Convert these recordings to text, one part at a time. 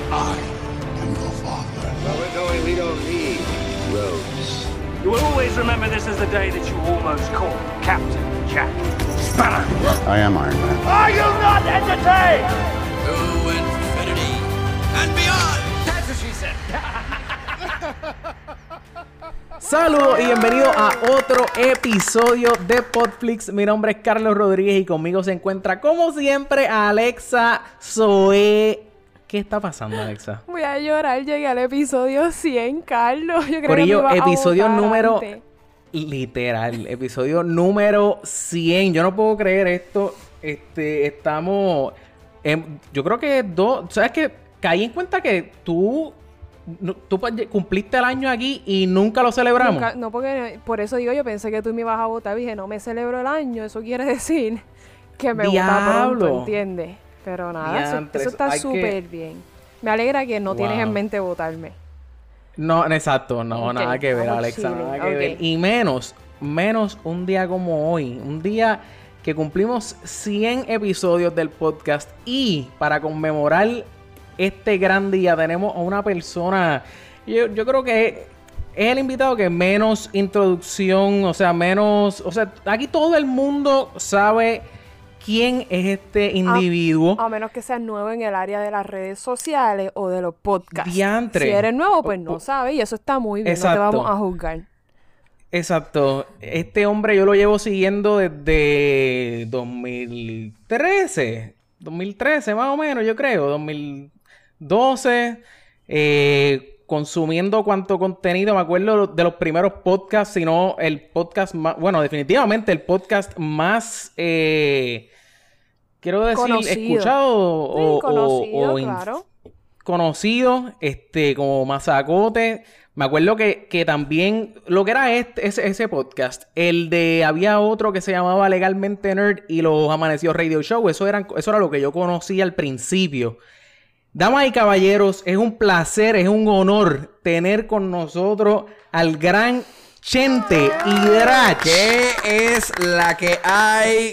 I am your father. Well, we're going. We don't need roads. You will always remember this as the day that you almost caught Captain Jack Sparrow. I am Iron Man. Are you not entertained? To infinity and beyond. That's what she said. Saludos y bienvenidos a otro episodio de Podflix. Mi nombre es Carlos Rodríguez y conmigo se encuentra, como siempre, Alexa Zoe. ¿Qué está pasando, Alexa? Voy a llorar, llegué al episodio 100, Carlos. Yo creo Por que ello, me iba a episodio botar número... antes. Literal, episodio número 100. Yo no puedo creer esto. Estamos... yo creo que ¿sabes qué? Caí en cuenta que tú cumpliste el año aquí y nunca lo celebramos. Nunca, no, porque por eso digo, yo pensé que tú me ibas a votar. Dije, no me celebro el año. Eso quiere decir que me vota pronto, ¿entiendes? Pero nada, eso está súper bien. Me alegra que no tienes en mente votarme. No, exacto. No, okay, nada que ver, Alexa. Nada que ver. Y menos un día como hoy. Un día que cumplimos 100 episodios del podcast. Y para conmemorar este gran día tenemos a una persona... Yo creo que es el invitado que menos introducción... O sea, aquí todo el mundo sabe... ¿Quién es este individuo? A menos que seas nuevo en el área de las redes sociales o de los podcasts. Diantre. Si eres nuevo, pues no sabes. Y eso está muy bien. Exacto. No te vamos a juzgar. Exacto. Este hombre yo lo llevo siguiendo desde 2013. 2013 más o menos, yo creo. 2012. Consumiendo cuánto contenido. Me acuerdo de los primeros podcasts, sino el podcast más... Bueno, definitivamente el podcast más... quiero decir, conocido. Escuchado sí, conocido, claro. Conocido, como Mazacote. Me acuerdo que también lo que era ese podcast, había otro que se llamaba Legalmente Nerd y los Amanecidos Radio Show. Eso era lo que yo conocía al principio. Damas y caballeros, es un placer, es un honor tener con nosotros al gran Chente Hidrach. ¿Qué es la que hay,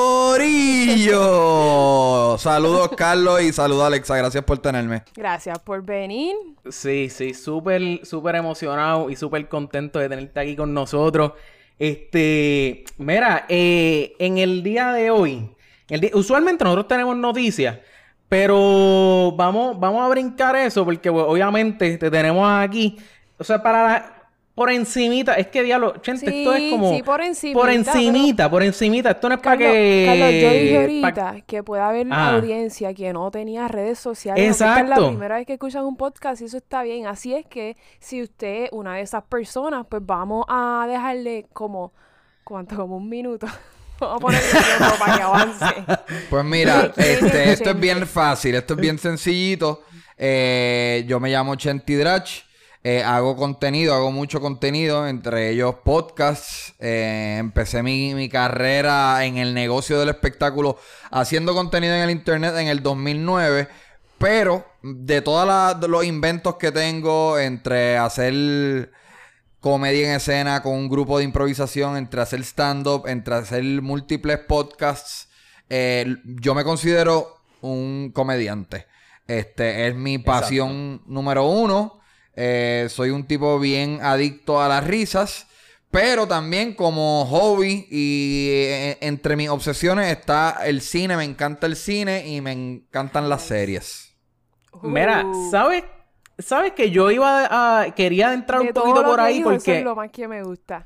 corillo? Saludos, Carlos, y saludos, Alexa. Gracias por tenerme. Gracias por venir. Sí, súper emocionado y súper contento de tenerte aquí con nosotros. Mira, en el día de hoy, usualmente nosotros tenemos noticias, pero vamos a brincar eso porque obviamente te tenemos aquí. O sea, por encimita, es que diablo, Chente, sí, esto es como... Sí, por encimita. Por encimita. Esto no es para que... Carlos, yo dije ahorita que puede haber audiencia que no tenía redes sociales. Exacto. Esta es la primera vez que escuchan un podcast y eso está bien. Así es que si usted es una de esas personas, pues vamos a dejarle como un minuto. Vamos a ponerle tiempo para que avance. Pues mira, esto es bien fácil, esto es bien sencillito. Yo me llamo Chente Hidrach. Hago mucho contenido, entre ellos podcasts. Empecé mi carrera en el negocio del espectáculo haciendo contenido en el internet en el 2009. Pero de todos los inventos que tengo, entre hacer comedia en escena con un grupo de improvisación, entre hacer stand-up, entre hacer múltiples podcasts, yo me considero un comediante. Es mi pasión número uno. Soy un tipo bien adicto a las risas, pero también como hobby y entre mis obsesiones está el cine. Me encanta el cine y me encantan las series. Mira, ¿sabes que yo quería entrar un poquito por ahí porque... Eso es lo más que me gusta.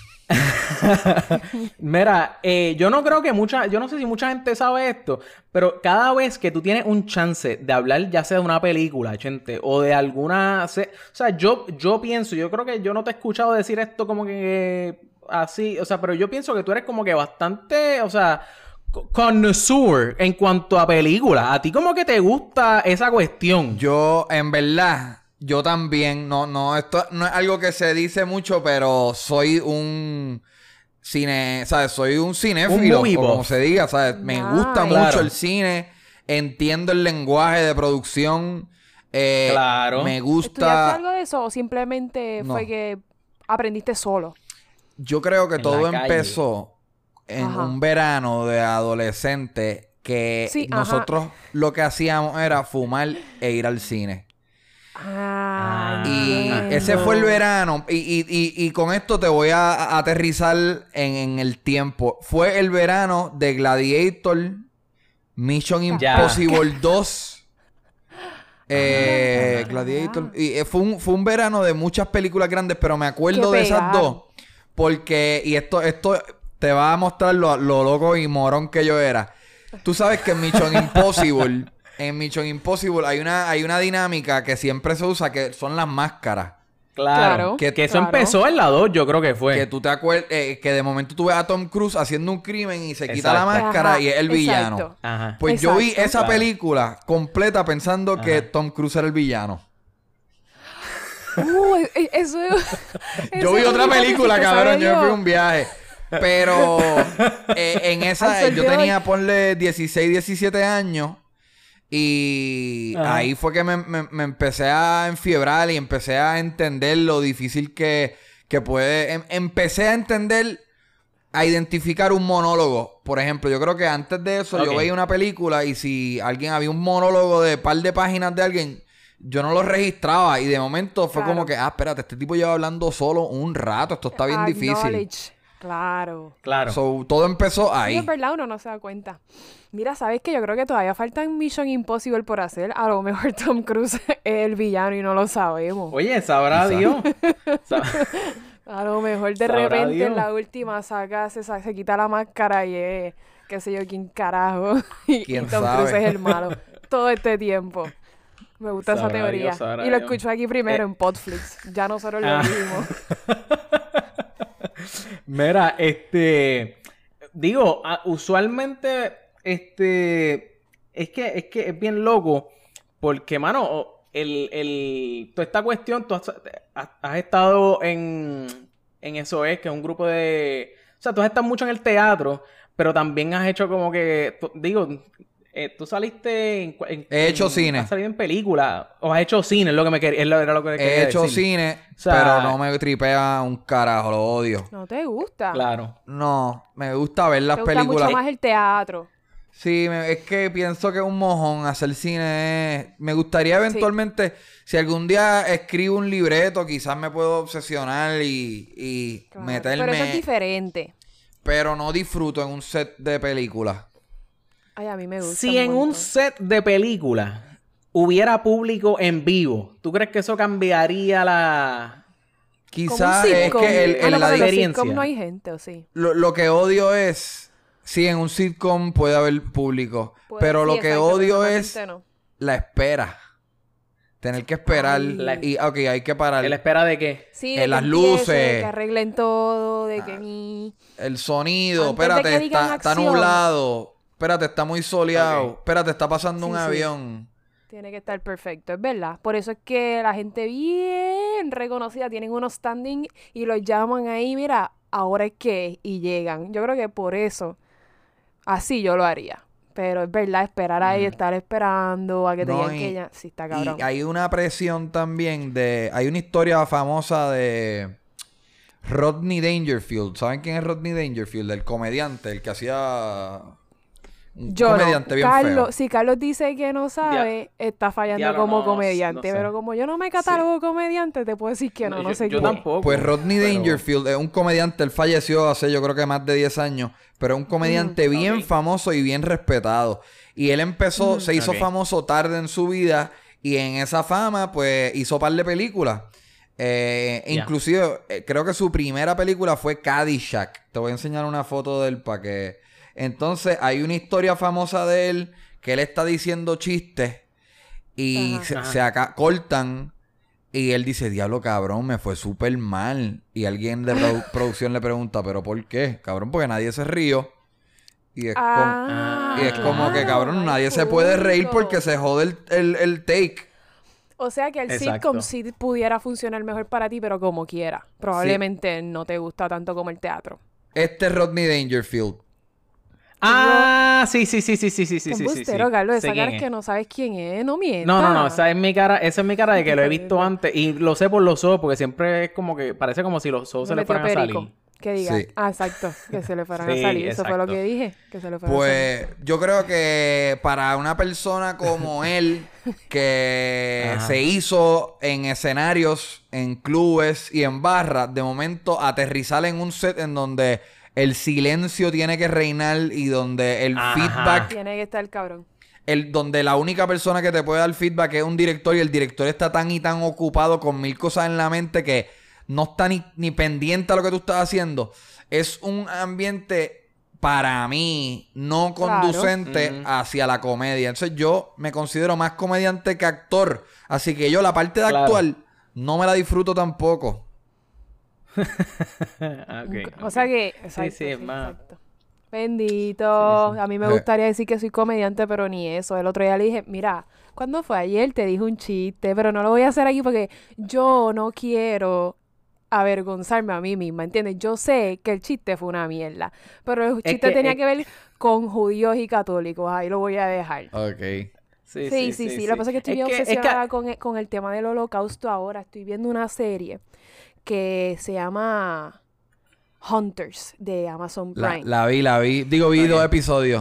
Mira, yo no creo que yo no sé si mucha gente sabe esto, pero cada vez que tú tienes un chance de hablar, ya sea de una película, Chente, o de alguna... O sea, yo pienso, yo creo que yo no te he escuchado decir esto como que así, o sea, pero yo pienso que tú eres como que bastante, o sea, connoisseur en cuanto a películas. A ti como que te gusta esa cuestión. Yo, en verdad... Yo también, esto no es algo que se dice mucho, pero soy un ¿sabes? Soy un cinéfilo, como se diga, ¿sabes? Me gusta mucho el cine, entiendo el lenguaje de producción, me gusta... ¿Estudiaste algo de eso o simplemente fue que aprendiste solo? Yo creo que todo empezó en un verano de adolescente que nosotros lo que hacíamos era fumar e ir al cine. Y ese fue el verano. Y con esto te voy a aterrizar en el tiempo. Fue el verano de Gladiator, Mission Impossible 2. Gladiator. Y fue un verano de muchas películas grandes, pero me acuerdo de esas dos. Porque, y esto te va a mostrar lo loco y morón que yo era. Tú sabes que en Mission Impossible hay una dinámica que siempre se usa, que son las máscaras. Claro. Que eso empezó en la 2, yo creo que fue. Que tú te acuerdas, que de momento tú ves a Tom Cruise haciendo un crimen y se quita la máscara y es el villano. Ajá. Pues yo vi esa película completa pensando que Tom Cruise era el villano. Yo vi otra película, cabrón. Yo fui un viaje. Pero en esa yo tenía, ponle 16, 17 años. Y ahí fue que me empecé a enfiebrar y empecé a entender lo difícil que puede... Empecé a entender, a identificar un monólogo. Por ejemplo, yo creo que antes de eso yo veía una película y si alguien había un monólogo de par de páginas de alguien, yo no lo registraba. Y de momento fue como que, espérate, este tipo lleva hablando solo un rato. Esto está bien difícil. Claro. So, todo empezó ahí. Sí, es verdad, uno no se da cuenta. Mira, ¿sabes qué? Yo creo que todavía faltan Mission Impossible por hacer. A lo mejor Tom Cruise es el villano y no lo sabemos. Oye, sabrá Dios. A lo mejor de repente en la última se quita la máscara y es, qué sé yo, quién carajo. y Tom Cruise es el malo. Todo este tiempo. Me gusta esa teoría. Y lo escucho aquí primero en Podflix. Ya nosotros lo dijimos. Mira, digo, usualmente, es que es bien loco, porque, mano, toda esta cuestión, tú has estado en eso, que es un grupo de... O sea, tú has estado mucho en el teatro, pero también has hecho como que, tú saliste he hecho cine. Has salido en películas. O has hecho cine, es lo que me quería, era lo que quería decir. He hecho cine, o sea, pero no me tripea un carajo, lo odio. ¿No te gusta? Claro. No, me gusta ver las películas. Me gusta mucho más el teatro. Sí, es que pienso que es un mojón hacer cine. Me gustaría eventualmente, si algún día escribo un libreto, quizás me puedo obsesionar y meterme. Pero eso es diferente. Pero no disfruto en un set de película. Ay, a mí me gusta. Si en un set de película hubiera público en vivo, ¿tú crees que eso cambiaría la... Quizás es que la diferencia. En no hay gente, ¿o sí? Lo que odio es... Sí, en un sitcom puede haber público. Pero lo que odio es la espera. Tener que esperar. Hay que parar. ¿La espera de qué? Sí, de las luces. De que arreglen todo, de que el sonido. Espérate, está nublado. Espérate, está muy soleado. Espérate, está pasando un avión. Tiene que estar perfecto, es verdad. Por eso es que la gente bien reconocida tienen unos standing y los llaman ahí, mira, ahora es que, y llegan. Yo creo que por eso, así yo lo haría. Pero es verdad, esperar ahí, estar esperando a que te digan que ya... Sí, está cabrón. Y hay una presión también de... Hay una historia famosa de Rodney Dangerfield. ¿Saben quién es Rodney Dangerfield? El comediante, el que hacía... comediante bien feo. Si Carlos dice que no sabe, está fallando como comediante. Pero como yo no me catalogo comediante, te puedo decir que no sé yo qué. Tampoco. Pues Rodney Dangerfield es un comediante. Él falleció hace yo creo que más de 10 años. Pero es un comediante bien famoso y bien respetado. Y él empezó, se hizo famoso tarde en su vida. Y en esa fama, pues, hizo par de películas. Inclusive, creo que su primera película fue Caddyshack. Te voy a enseñar una foto de él para que... Entonces, hay una historia famosa de él que él está diciendo chistes y se cortan y él dice, diablo, cabrón, me fue súper mal. Y alguien de producción le pregunta, ¿pero por qué? Cabrón, porque nadie se rió. Y es como que, cabrón, nadie se puede reír porque se jode el take. O sea que el sitcom sí pudiera funcionar mejor para ti, pero como quiera. Probablemente no te gusta tanto como el teatro. Este es Rodney Dangerfield. Sí. Embustero, Carlos, esa cara es que no sabes quién es, no mientas. No, esa es mi cara de que lo he visto antes y lo sé por los ojos porque siempre es como que parece como si los ojos se le fueran a salir. Que diga. Sí. Exacto. Que se le fueran a salir. Eso fue lo que dije. Que se le fueran a salir. Pues yo creo que para una persona como él, que se hizo en escenarios, en clubes y en barras, de momento aterrizar en un set en donde el silencio tiene que reinar y donde el feedback... Tiene que estar cabrón. Donde la única persona que te puede dar feedback es un director y el director está tan y tan ocupado con 1000 cosas en la mente que no está ni pendiente a lo que tú estás haciendo. Es un ambiente, para mí, no conducente hacia la comedia. Entonces yo me considero más comediante que actor. Así que yo la parte de actuar no me la disfruto tampoco. O sea que... Exacto, sí, es más... Exacto. Bendito. Sí. A mí me gustaría decir que soy comediante, pero ni eso. El otro día le dije, mira, ¿cuándo fue? Ayer te dije un chiste, pero no lo voy a hacer aquí porque yo no quiero avergonzarme a mí misma, ¿entiendes? Yo sé que el chiste fue una mierda, pero el chiste tenía que ver con judíos y católicos. Ahí lo voy a dejar. Ok. Sí. Lo que pasa es que estoy bien obsesionada con el tema del holocausto ahora. Estoy viendo una serie que se llama Hunters de Amazon Prime. La vi. Vi 2 episodios.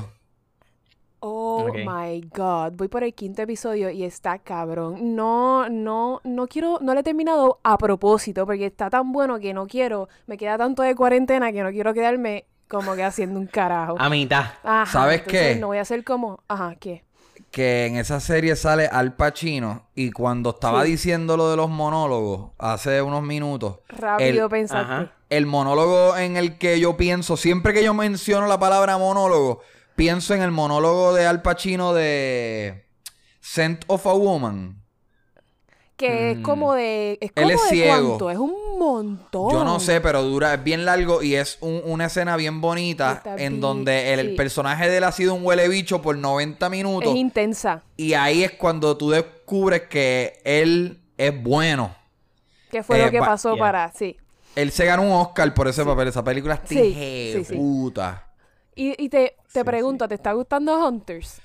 Oh my God. Voy por el 5º episodio y está cabrón. No le he terminado a propósito porque está tan bueno que no quiero. Me queda tanto de cuarentena que no quiero quedarme como que haciendo un carajo. A mitad. Ajá, ¿sabes qué? No voy a hacer como... Ajá, ¿qué? Que en esa serie sale Al Pacino y cuando estaba diciendo lo de los monólogos hace unos minutos... Rápido pensaste. El monólogo en el que yo pienso, siempre que yo menciono la palabra monólogo, pienso en el monólogo de Al Pacino de Scent of a Woman. Que es como de... Es Él como es de ciego. ¿cuánto? Es un montón. Yo no sé, pero es bien largo y es una escena bien bonita en donde el personaje de él ha sido un huele bicho por 90 minutos. Es intensa. Y ahí es cuando tú descubres que él es bueno. ¿Qué fue lo que pasó para...? Sí. Él se ganó un Oscar por ese papel. Esa película es puta. Y te pregunto, ¿te está gustando Hunters?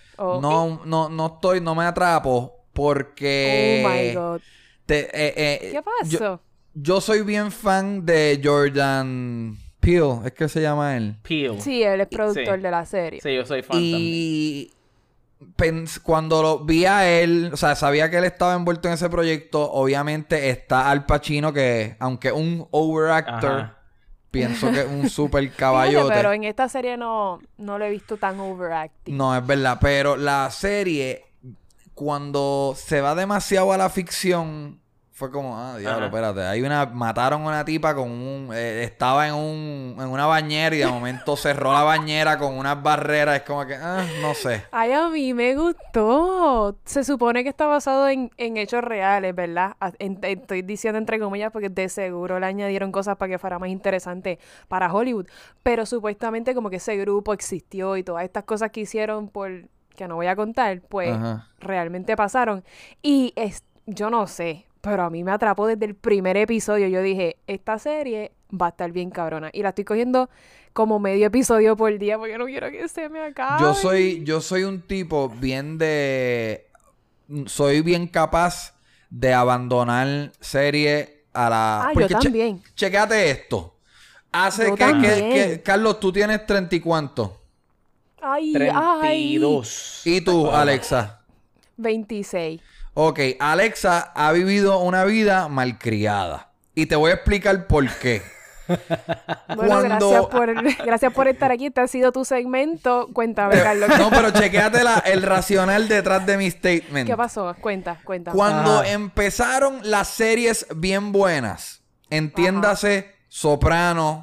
No me atrapo porque... Oh my God. ¿Qué pasó? Yo soy bien fan de Jordan Peele, ¿es que se llama él? Peele. Sí, él es productor de la serie. Sí, yo soy fan también. Cuando lo vi a él, o sea, sabía que él estaba envuelto en ese proyecto. Obviamente está Al Pacino, que aunque un overactor, pienso que es un super caballote. Fíjate, pero en esta serie no lo he visto tan overacting. No, es verdad. Pero la serie, cuando se va demasiado a la ficción, fue como, diablo, espérate. Mataron a una tipa con estaba en una bañera y de momento cerró la bañera con unas barreras. Es como que, no sé. Ay, a mí me gustó. Se supone que está basado en hechos reales, ¿verdad? Estoy diciendo entre comillas porque de seguro le añadieron cosas para que fuera más interesante para Hollywood. Pero supuestamente como que ese grupo existió y todas estas cosas que hicieron que no voy a contar, pues realmente pasaron. Y yo no sé, pero a mí me atrapó desde el primer episodio. Yo dije, esta serie va a estar bien cabrona. Y la estoy cogiendo como medio episodio por día porque no quiero que se me acabe. Yo soy un tipo soy bien capaz de abandonar serie a la... yo también. Chequéate esto. Carlos, tú tienes 30 y cuánto. 32. ¿Y tú, Alexa? 26. Ok, Alexa ha vivido una vida malcriada. Y te voy a explicar por qué. Bueno, gracias por estar aquí. Este ha sido tu segmento. Cuéntame, Carlos. No, pero chequéate el racional detrás de mi statement. ¿Qué pasó? Cuenta. Cuando empezaron las series bien buenas, entiéndase Soprano,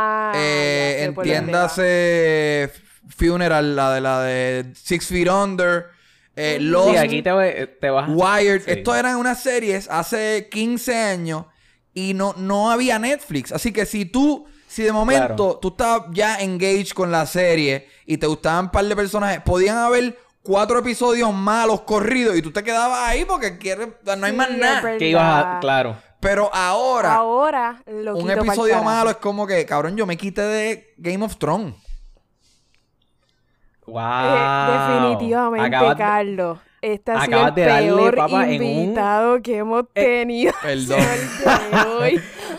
entiéndase Funeral, la de 6 Feet Under, Lost, sí, aquí te vas. Wired. Sí. Estos eran unas series hace 15 años y no había Netflix. Así que si de momento tú estabas ya engaged con la serie y te gustaban un par de personajes, podían haber 4 episodios malos corridos y tú te quedabas ahí porque no hay más nada. Que ibas claro. Pero ahora un episodio malo es como que, cabrón, yo me quité de Game of Thrones. Wow. Definitivamente, Carlos. Este ha sido el peor invitado que hemos tenido. Perdón.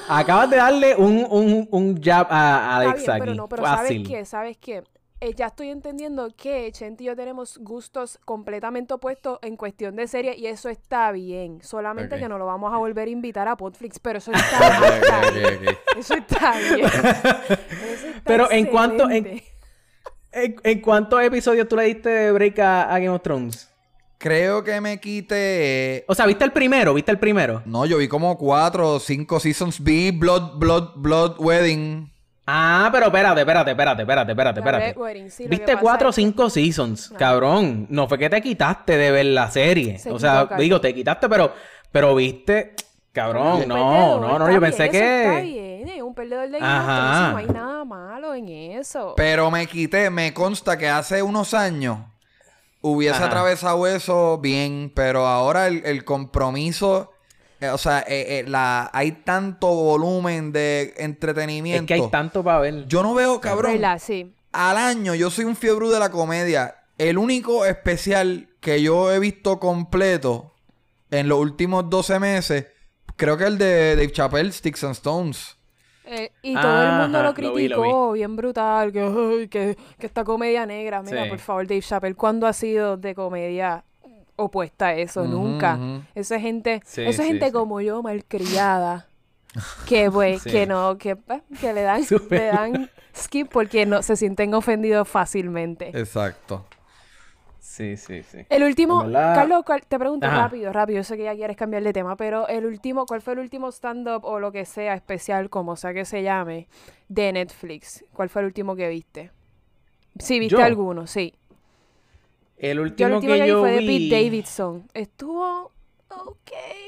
Acabas de darle un jab a Alexa aquí. Pero ¿sabes qué? Ya estoy entendiendo que Chente y yo tenemos gustos completamente opuestos en cuestión de serie y eso está bien. Solamente que no lo vamos a volver a invitar a Podflix, pero eso está bien. Eso está bien. Pero excelente. ¿En cuántos episodios tú le diste break a Game of Thrones? Creo que me quité... O sea, ¿viste el primero? No, yo vi como 4 o 5 seasons. Vi Blood Wedding. Ah, pero espérate. Sí, viste 4 o 5 seasons, cabrón. No fue que te quitaste de ver la serie. Te quitaste, pero viste... Cabrón, no, yo pensé que... Está bien, es un perdedor de Game of Thrones, no hay nada malo en eso. Pero me consta que hace unos años hubiese atravesado eso bien, pero ahora el compromiso... hay tanto volumen de entretenimiento. Es que hay tanto para ver. Yo no veo, cabrón. Sí. Al año, yo soy un fiebrú de la comedia. El único especial que yo he visto completo en los últimos 12 meses, creo que el de Dave Chappelle, Sticks and Stones. Y todo el mundo lo criticó, bien brutal, que esta comedia negra. Mira, por favor, Dave Chappelle, ¿cuándo ha sido de comedia opuesta a eso? Nunca. Esa gente, gente como yo, malcriada, que le dan skip porque no se sienten ofendidos fácilmente. Exacto. Sí. El último, Carlos, te pregunto rápido, yo sé que ya quieres cambiar de tema, pero ¿cuál fue el último stand-up o lo que sea especial, como sea que se llame, de Netflix? ¿Cuál fue el último que viste? Sí, ¿viste alguno? Sí. El último que vi yo fue de vi... Pete Davidson. Estuvo... ok.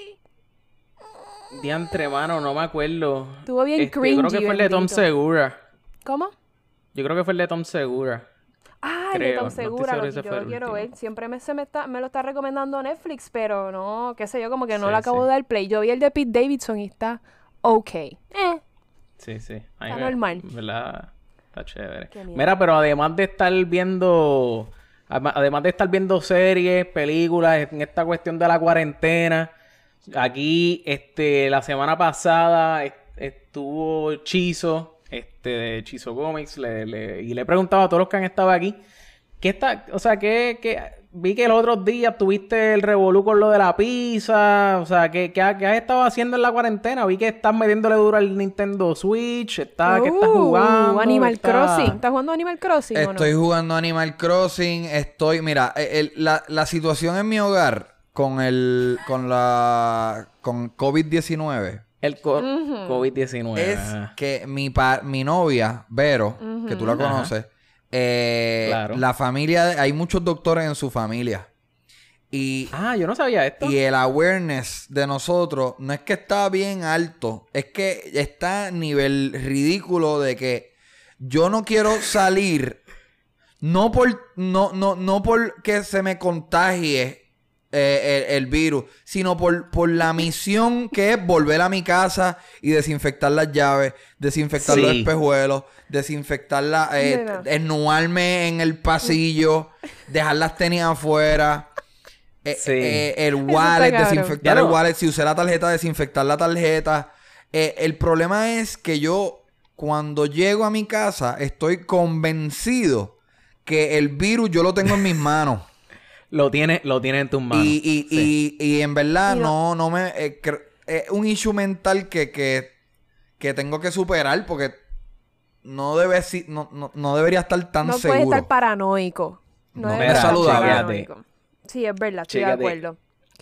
Diantre, mano, no me acuerdo. Estuvo bien cringy. Yo creo que fue el de Tom Segura. ¿Cómo? Yo creo que fue el de Tom Segura. El de Tom Segura, yo lo quiero ver. Siempre me lo está recomendando Netflix, pero no, qué sé yo, como que no le acabo de dar play. Yo vi el de Pete Davidson y está ok. Sí. Está normal. ¿Verdad? Está chévere. Mira, pero además de estar viendo series, películas, en esta cuestión de la cuarentena, aquí, la semana pasada estuvo Chizo, de Chizo Comics, y le he preguntado a todos los que han estado aquí, vi que los otros días tuviste el revolú con lo de la pizza, o sea, ¿qué has estado haciendo en la cuarentena? Vi que estás metiéndole duro al Nintendo Switch, ¿qué estás jugando? Animal Crossing. ¿Estás jugando Animal Crossing o no? Estoy jugando Animal Crossing, mira, la situación en mi hogar con COVID-19. El COVID-19. Es que mi novia, Vero, que tú la conoces, claro. La familia, hay muchos doctores en su familia. Yo no sabía esto. Y el awareness de nosotros no es que está bien alto, es que está a nivel ridículo de que yo no quiero salir, no por que se me contagie el virus, sino por la misión que es volver a mi casa y desinfectar las llaves, desinfectar los espejuelos, desinfectar esnuarme en el pasillo, dejar las tenis afuera, el wallet, desinfectar el wallet, si usé la tarjeta, desinfectar la tarjeta. El problema es que yo, cuando llego a mi casa, estoy convencido que el virus yo lo tengo en mis manos. Lo tiene en tus manos. Y en verdad no me... es un issue mental que tengo que superar porque no debería estar tan seguro. No puedes estar paranoico. No es saludable. Sí, es verdad. Estoy de acuerdo.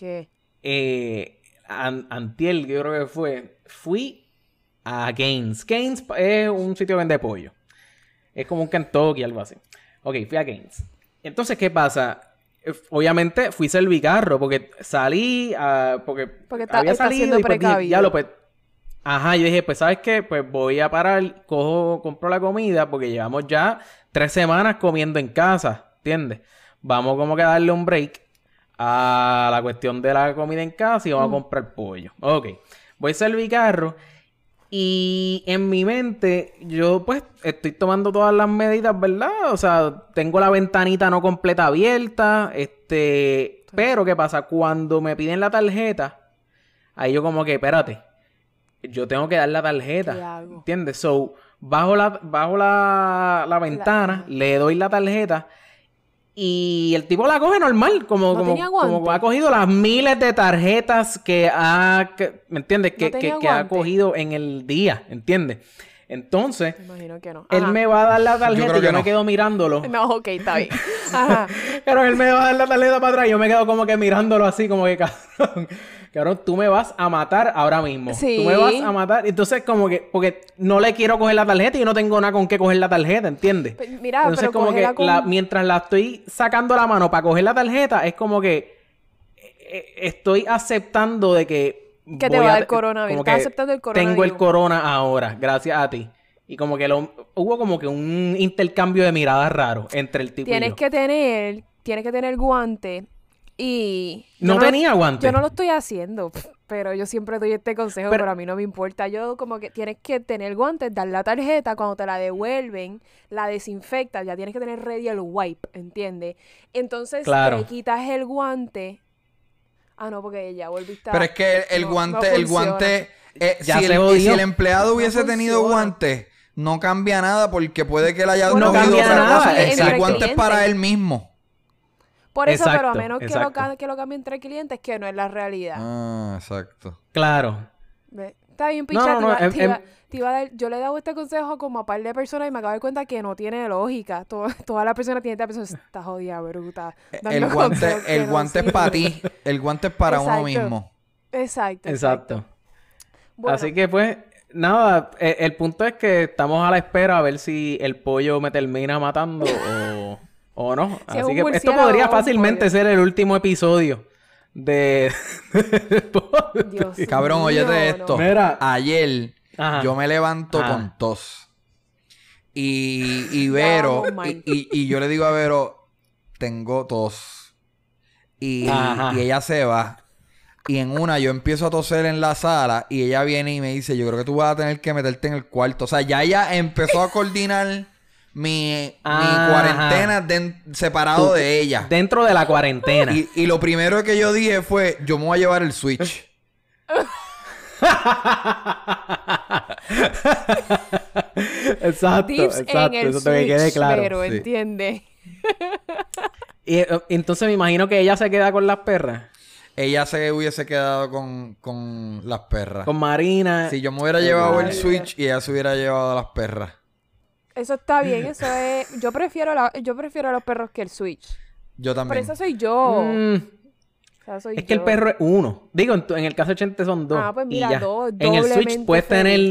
Antiel, yo creo que fui a Gaines. Gaines es un sitio que vende pollo. Es como un Kentucky, algo así. Ok, fui a Gaines. Entonces, ¿qué pasa? Obviamente fui servicarro porque salí porque había salido y pues dije, ya pues yo dije, pues ¿sabes qué? Pues voy a parar, compro la comida porque llevamos ya 3 semanas comiendo en casa, ¿entiendes? Vamos como que a darle un break a la cuestión de la comida en casa y vamos a comprar pollo. Ok, voy a servicarro y en mi mente yo pues estoy tomando todas las medidas, ¿verdad? O sea, tengo la ventanita no completa abierta, pero ¿qué pasa? Cuando me piden la tarjeta, ahí yo como que, espérate, yo tengo que dar la tarjeta. ¿Entiendes? So, bajo la ventana, le doy la tarjeta y el tipo la coge normal, como ha cogido las miles de tarjetas que ¿me entiendes? Que ha cogido en el día, ¿entiendes? Entonces, imagino que no. Él me va a dar la tarjeta y yo me quedo mirándolo. No, ok, está bien. Ajá. Pero él me va a dar la tarjeta para atrás y yo me quedo como que mirándolo así, como que cabrón, tú me vas a matar ahora mismo. Sí. Tú me vas a matar. Entonces, como que, porque no le quiero coger la tarjeta y yo no tengo nada con qué coger la tarjeta, ¿entiendes? Mira, entonces, pero como que mientras la estoy sacando la mano para coger la tarjeta, es como que estoy aceptando de que te va a dar coronavirus. Estás aceptando el coronavirus. Tengo el corona ahora, gracias a ti. Y como que hubo como que un intercambio de miradas raro entre el tipo y yo. Tienes que tener guante y... No tenía guante. Yo no lo estoy haciendo, pero yo siempre doy este consejo, pero a mí no me importa. Yo como que tienes que tener guantes, dar la tarjeta, cuando te la devuelven, la desinfectas, ya tienes que tener ready el wipe, ¿entiendes? Entonces te quitas el guante... Ah, no, porque ya volviste a... Pero es que el guante... si el empleado hubiese tenido guantes, no cambia nada porque puede que él haya no cambia nada. El guante es para él mismo. Por eso, pero a menos que lo cambie entre clientes, que no es la realidad. Ah, exacto. Claro. Está bien, picha. Yo le he dado este consejo como a par de personas y me acabo de dar cuenta que no tiene lógica. Todas las personas tienen esta persona, está jodida, bruta. El guante es para ti. El guante es para uno mismo. Exacto. Bueno. Así que pues, nada, el punto es que estamos a la espera a ver si el pollo me termina matando o no. Si así que esto podría fácilmente ser el último episodio de... Dios Cabrón, óyete esto. Mira. Ayer yo me levanto con tos. Y Vero... y yo le digo a Vero, tengo tos. Y ella se va. Y en una yo empiezo a toser en la sala y ella viene y me dice, yo creo que tú vas a tener que meterte en el cuarto. O sea, ya ella empezó a coordinar mi cuarentena separado de ella. Dentro de la cuarentena. Y lo primero que yo dije fue, yo me voy a llevar el Switch. Exacto. Eso te quede claro. Pero entiende. Y entonces me imagino que ella se queda con las perras. Ella se hubiese quedado con las perras. Con Marina. Si yo me hubiera llevado el Switch y ella se hubiera llevado a las perras. Eso está bien, eso es... Yo prefiero a los perros que el Switch. Yo también. Pero esa soy yo. Es que el perro es uno. Digo, en el caso 80 son dos. Pues mira, dos. En el Switch puedes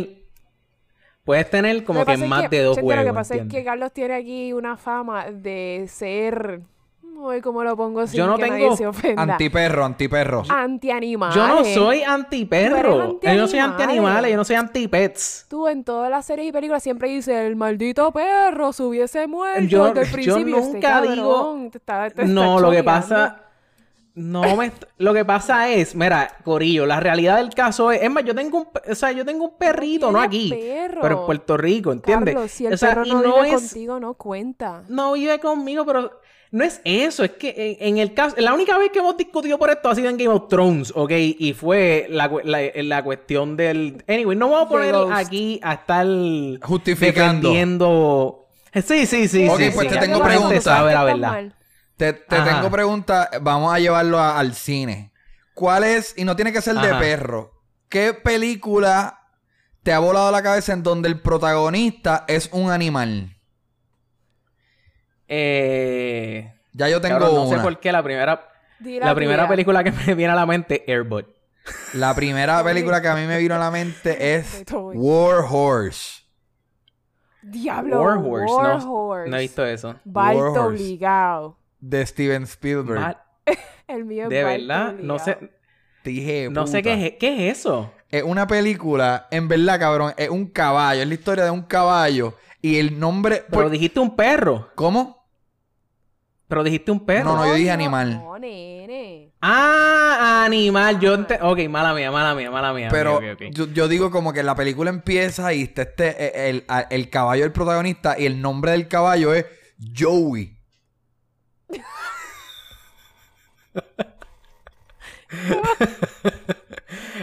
tener como que más de dos juegos. Lo que pasa es que Carlos tiene aquí una fama de ser... Uy, ¿cómo lo pongo sin que nadie se ofenda? Antiperro. Antianimales. Yo no soy antiperro. Yo no soy antianimales. Yo no soy antipets. Tú en todas las series y películas siempre dices, el maldito perro se hubiese muerto desde el principio. Yo nunca digo... No, lo que pasa... Lo que pasa es, mira, Corillo, la realidad del caso es más, yo tengo un perrito, no aquí, pero en Puerto Rico, ¿entiendes? Carlos, si el perro no vive contigo, no cuenta. No vive conmigo, pero no es eso, es que en el caso, la única vez que hemos discutido por esto ha sido en Game of Thrones, ¿ok? Y fue la cuestión del... Anyway, no vamos a poner aquí a estar justificando. Defendiendo... Sí. Ok, pues te tengo preguntas. Sabe la verdad. Te tengo preguntas. Vamos a llevarlo al cine. ¿Cuál es, y no tiene que ser de perro, qué película te ha volado la cabeza en donde el protagonista es un animal? Ya yo tengo una. No sé por qué la primera película que me viene a la mente, Airbud. La primera película que a mí me vino a la mente es War Horse. Diablo, War Horse. No he visto eso. Balto obligado. De Steven Spielberg. El mío es de Balto verdad, obligado. no sé. Dije, no sé qué es eso. Es una película, en verdad, cabrón, es un caballo. Es la historia de un caballo. Y el nombre... Pero dijiste un perro. ¿Cómo? Pero dijiste un perro. No, yo dije animal. No, nene. Animal. Ok, mala mía. Pero okay. Yo digo como que la película empieza y está el caballo del protagonista y el nombre del caballo es Joey.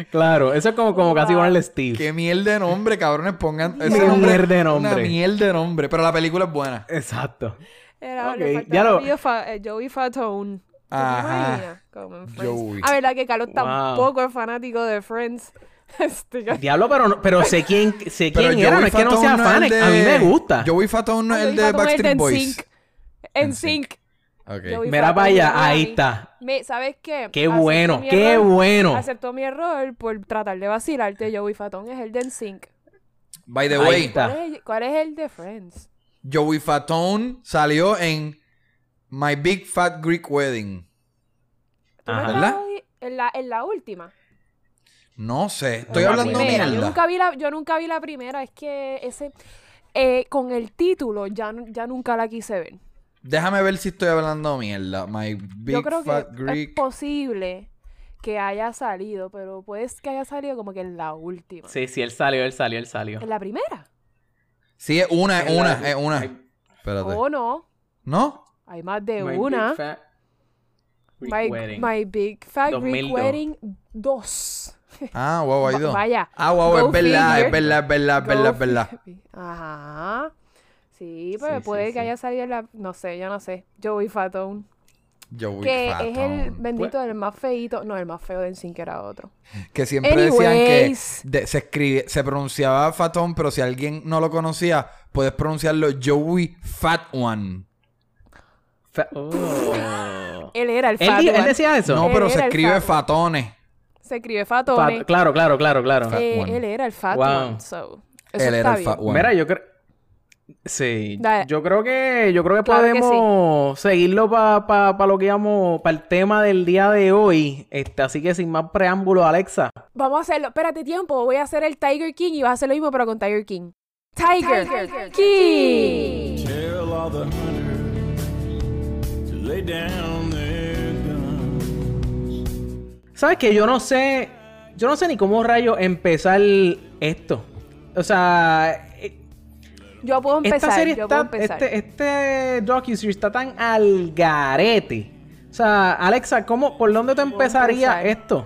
Claro, eso es como casi ponerle Steve. Qué mierda de nombre, cabrones. Pongan ese Qué nombre. mierda de nombre. Una mierda de nombre. Pero la película es buena. Exacto. Era, Ok, le ya faltaba Joey Fatone. Ajá. Como en Friends. Joey. A verdad que Carlos Wow. tampoco es fanático de Friends. Diablo, pero sé quién Pero era. No Joey es que no sea Fatone fan. es el de- A mí me gusta. Joey Fatone no es el Joey de Fatone es Backstreet de Boys. NSYNC. NSYNC. Ok. Joey Mira Fatone, para allá. mira, Ahí mami. está. ¿Sabes qué? Qué bueno. Qué error. bueno. Aceptó mi error por tratar de vacilarte. Joey Fatone es el de NSYNC. By the Ahí way, está. ¿Cuál es el de Friends? Joey Fatone salió en My Big Fat Greek Wedding. ¿Tú me Ajá. estás ¿Verdad? en la última. No sé. Estoy La hablando primera. Yo mierda. nunca vi la primera. Es que ese... con el título ya nunca la quise ver. Déjame ver si estoy hablando mierda. My Big Yo creo Fat que Greek. es posible que haya salido, pero puede que haya salido como que en la última. Sí, él salió. ¿En la primera? Sí, es una. Ay, Espérate. ¿O no? ¿No? Hay más de My una. Big Fat Greek Wedding. My Big Fat Greek 2002. Wedding 2. Ah, wow, hay dos. Vaya. Ah, wow, Go es verdad, figure. es verdad. Ajá. Sí, pero Sí, puede sí, que sí. haya salido en la... No sé, yo no sé. Joey Fatone. Joey Que Fatone. es el bendito, el más feíto. No, el más feo de NSYNC era otro. Que siempre decían que Anyways. se pronunciaba Fatón, pero si alguien no lo conocía, puedes pronunciarlo Joey Fat One. Oh. Él era el ¿Él, fat él one. decía eso? No, pero Él se era el escribe Fat One. Fatone. Se escribe Fatone. Claro. One. Él era el fat Wow. one. So, eso Él está era el bien. Fat One. Mira, yo creo... Sí. Dale. Yo creo que Claro que podemos seguirlo para lo que íbamos... Para el tema del día de hoy. Así que sin más preámbulos, Alexa. Vamos a hacerlo. Espérate tiempo. Voy a hacer el Tiger King y vas a hacer lo mismo pero con Tiger King. Tiger King. Tell all the hunters to lay down their guns. ¿Sabes qué? Yo no sé ni cómo rayos empezar esto. O sea... Yo puedo empezar. Esta serie yo está... puedo empezar. Este docuseries está tan al garete. O sea, Alexa, ¿por dónde tú empezarías empezar. esto?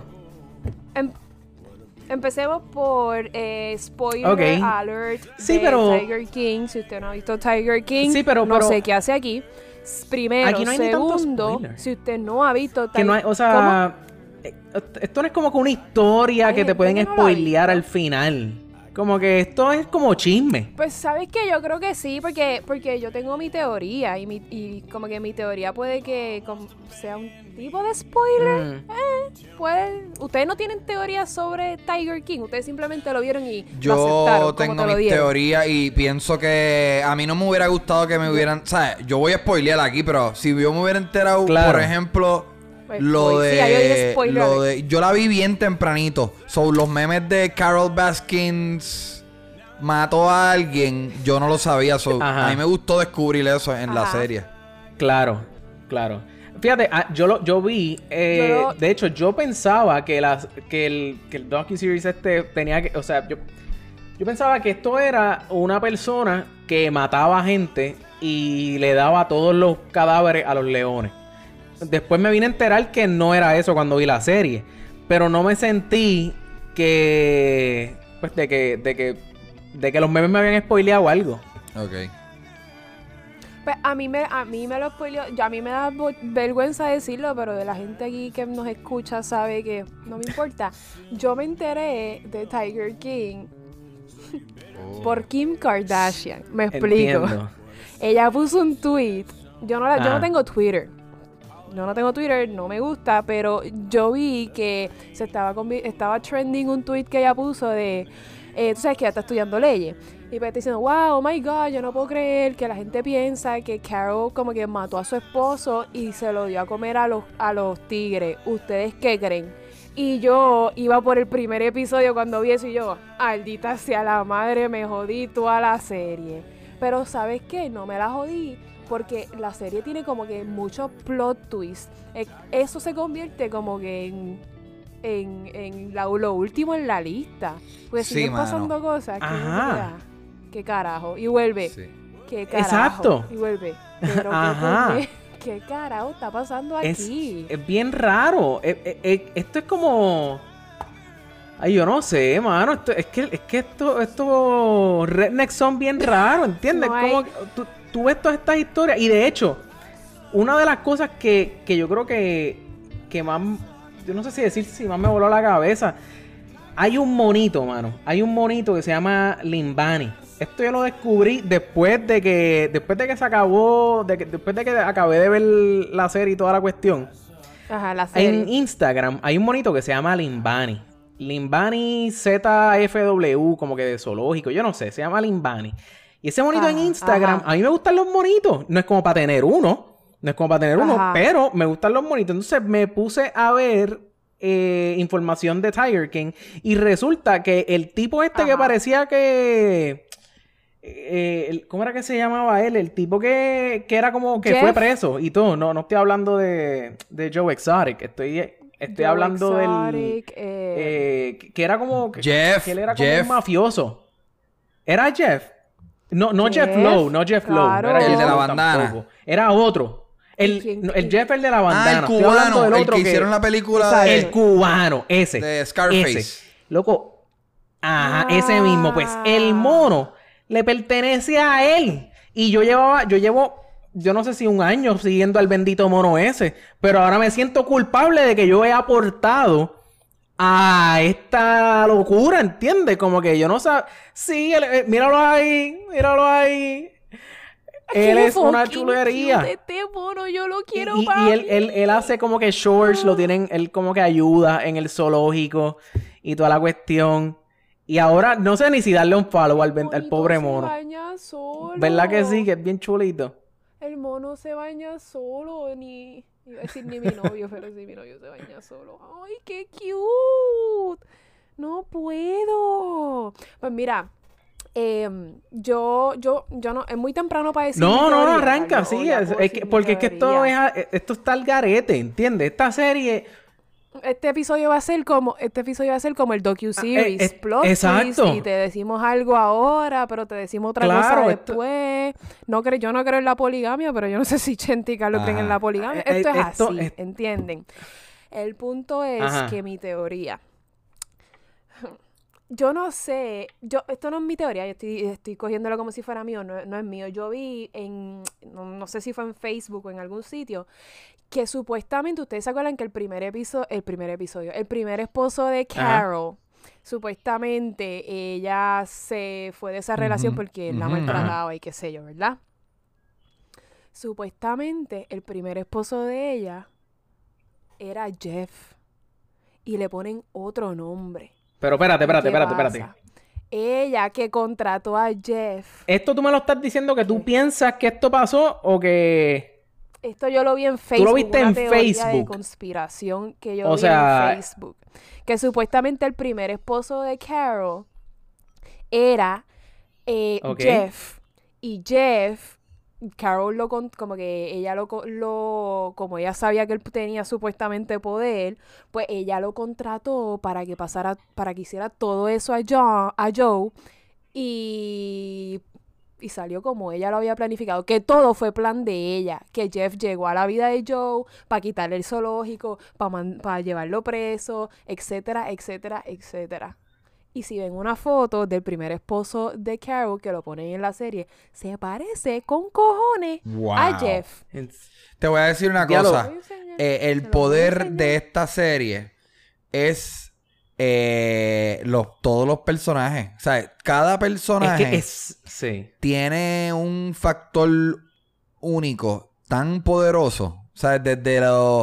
Empecemos por spoiler Ok. alert Sí, de pero- Tiger King. Si usted no ha visto Tiger King, Sí, pero- no sé qué hace aquí. Primero, Aquí no hay ni tanto segundo, spoiler. si usted no ha visto Que no hay, o sea... Esto no es como que una historia Hay que te gente pueden que no la ha spoilear visto. al final. Como que esto es como chisme. Pues sabes que yo creo que sí, porque yo tengo mi teoría y como que mi teoría puede que sea un tipo de spoiler. Ustedes no tienen teoría sobre Tiger King, ustedes simplemente lo vieron y lo aceptaron Yo como tengo te lo mi dieron. teoría y pienso que a mí no me hubiera gustado que me hubieran... ¿Sabes? Yo voy a spoilear aquí, pero si yo me hubiera enterado, Claro. por ejemplo... Pues, Lo sí, ya yo dije de, spoiler. lo de... Yo la vi bien tempranito. Son los memes de Carol Baskins mató a alguien. Yo no lo sabía. Ajá. A mí me gustó descubrir eso en la Ajá. serie. Claro. Fíjate, yo vi... de hecho, yo pensaba que el docuseries tenía que... O sea, yo pensaba que esto era una persona que mataba gente y le daba todos los cadáveres a los leones. Después me vine a enterar que no era eso cuando vi la serie. Pero no me sentí que... Pues de que los memes me habían spoileado algo. Ok. Pues a mí me lo spoileó. A mí me da vergüenza decirlo, pero de la gente aquí que nos escucha sabe que no me importa. Yo me enteré de Tiger King por Kim Kardashian. Me explico. Entiendo. Ella puso un tweet. Yo no Ah. tengo Twitter. Yo no tengo Twitter, no me gusta, pero yo vi que estaba trending un tweet que ella puso de, tú sabes que ella está estudiando leyes. Y pues está diciendo, wow, oh my God, yo no puedo creer que la gente piensa que Carol como que mató a su esposo y se lo dio a comer a los tigres. ¿Ustedes qué creen? Y yo iba por el primer episodio cuando vi eso y yo, maldita sea la madre, me jodí toda la serie. Pero ¿sabes qué? No me la jodí. Porque la serie tiene como que muchos plot twists. Eso se convierte como que en lo último en la lista. Pues Sí, siguen mano. pasando cosas. Que Ajá. uno queda, ¿qué carajo? Y vuelve. Sí. ¿Qué carajo? Exacto. Y vuelve. Pero Ajá. ¿qué carajo está pasando Es aquí? bien raro. Esto es como... Ay, yo no sé, mano. Es que estos rednecks son bien raros, ¿entiendes? No hay... Como tú ves todas estas historias. Y de hecho, una de las cosas que yo creo que más... Yo no sé si decir si más me voló la cabeza. Hay un monito, mano. Hay un monito que se llama Limbani. Esto yo lo descubrí después de que se acabó... después de que acabé de ver la serie y toda la cuestión. Ajá, la serie. En Instagram hay un monito que se llama Limbani. Limbani ZFW, como que de zoológico. Yo no sé, se llama Limbani. Y ese monito en Instagram, a mí me gustan los monitos. No es como para tener uno. Pero me gustan los monitos. Entonces me puse a ver información de Tiger King. Y resulta que el tipo que parecía que... ¿cómo era que se llamaba él? El tipo que era como que Jeff. Fue preso y todo. No estoy hablando de Joe Exotic. Estoy hablando Exotic, que era como... Jeff. Que él era como un mafioso. ¿Era Jeff? No Jeff Lowe. No Jeff Lowe. Claro. No era el de la bandana. Tampoco. Era otro. El Jeff, el de la bandana. El cubano. Del otro el que hicieron la película El cubano. Ese. De Scarface. Ese. Loco. Ajá, ese mismo. Pues el mono le pertenece a él. Y yo llevo, yo no sé si 1 año siguiendo al bendito mono ese. Pero ahora me siento culpable de que yo he aportado a esta locura, ¿entiendes? Como que yo no sabía... Sí, míralo ahí. Él es una chulería. Este mono, yo lo quiero y él hace como que shorts, lo tienen... Él como que ayuda en el zoológico y toda la cuestión... Y ahora no sé ni si darle un follow al pobre mono. Se baña solo. ¿Verdad que sí? Que es bien chulito. El mono se baña solo. Iba a decir ni mi novio, pero sí, mi novio se baña solo. ¡Ay, qué cute! No puedo. Pues mira, yo no... Es muy temprano para decir... No, arranca, sí. Porque es que esto está al garete, ¿entiendes? Esta serie... Este episodio va a ser como el docu-series plot exacto. twist, y te decimos algo ahora, pero te decimos otra cosa después. Yo no creo en la poligamia, pero yo no sé si Chente y Carlos creen en la poligamia. Esto es así, ¿entienden? El punto es que mi teoría... Yo no sé... Esto no es mi teoría, yo estoy cogiéndolo como si fuera mío, no es mío. Yo vi no sé si fue en Facebook o en algún sitio... Que supuestamente, ustedes se acuerdan que el primer esposo de Carol, supuestamente ella se fue de esa relación porque él la maltrataba y qué sé yo, ¿verdad? Supuestamente el primer esposo de ella era Jeff y le ponen otro nombre. Pero espérate. Ella que contrató a Jeff. ¿Esto tú me lo estás diciendo que tú piensas que esto pasó o que...? Esto yo lo vi en Facebook. ¿Tú lo viste en Facebook? De conspiración que yo vi en Facebook. Que supuestamente el primer esposo de Carol era Jeff. Y Jeff, Carol como que ella como ella sabía que él tenía supuestamente poder, pues ella lo contrató para que hiciera todo eso a Joe y salió como ella lo había planificado, que todo fue plan de ella, que Jeff llegó a la vida de Joe para quitarle el zoológico, para llevarlo preso, etcétera, etcétera, etcétera. Y si ven una foto del primer esposo de Carol, que lo ponen en la serie, se parece con cojones a Jeff. Te voy a decir una cosa. El poder de esta serie es todos los personajes. O sea, cada personaje tiene un factor único tan poderoso. O sea, desde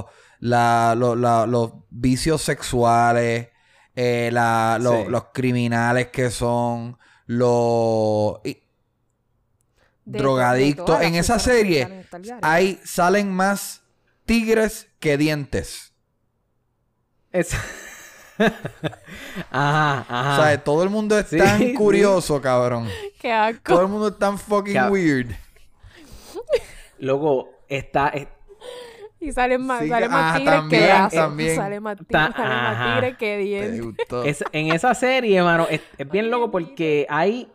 los vicios sexuales, los criminales que son, los drogadictos. En esa serie salen más tigres que dientes. Ajá. O sea, todo el mundo es tan curioso, cabrón. Qué asco. Todo el mundo es tan fucking weird. Luego y salen más tigres que dientes. En esa serie, mano, es bien loco porque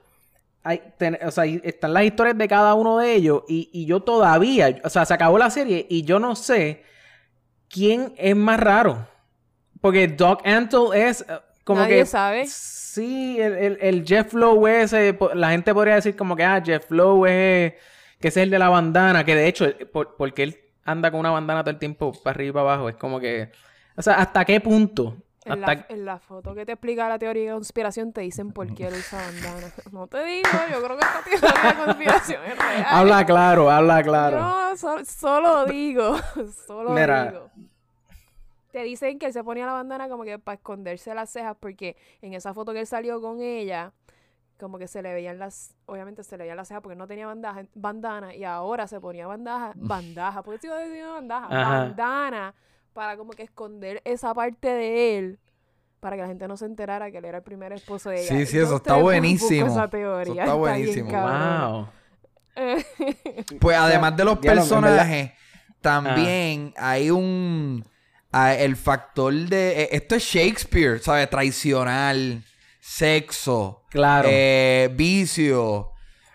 están las historias de cada uno de ellos y yo todavía, o sea, se acabó la serie y yo no sé quién es más raro. Porque Doc Antle es como nadie que sabe. Sí, el Jeff Lowe ese, la gente podría decir como que Jeff Lowe es que ese es el de la bandana, que de hecho porque él anda con una bandana todo el tiempo para arriba y para abajo, es como que, o sea, ¿hasta qué punto? En la foto que te explica la teoría de conspiración te dicen por qué él usa bandana. No te digo, yo creo que esta teoría de conspiración es real. Habla claro. No, solo digo. Mira. Digo. Te dicen que él se ponía la bandana como que para esconderse las cejas porque en esa foto que él salió con ella, como que se le veían obviamente se le veían las cejas porque no tenía bandana y ahora se ponía bandana, ¿por qué sigo diciendo bandaja? Bandana. Para como que esconder esa parte de él para que la gente no se enterara que él era el primer esposo de ella. Sí, eso está buenísimo. Esa teoría. Eso está buenísimo. Wow. Pues además de los personajes, también hay el factor de... esto es Shakespeare, ¿sabes? Traicional, sexo, claro, vicio,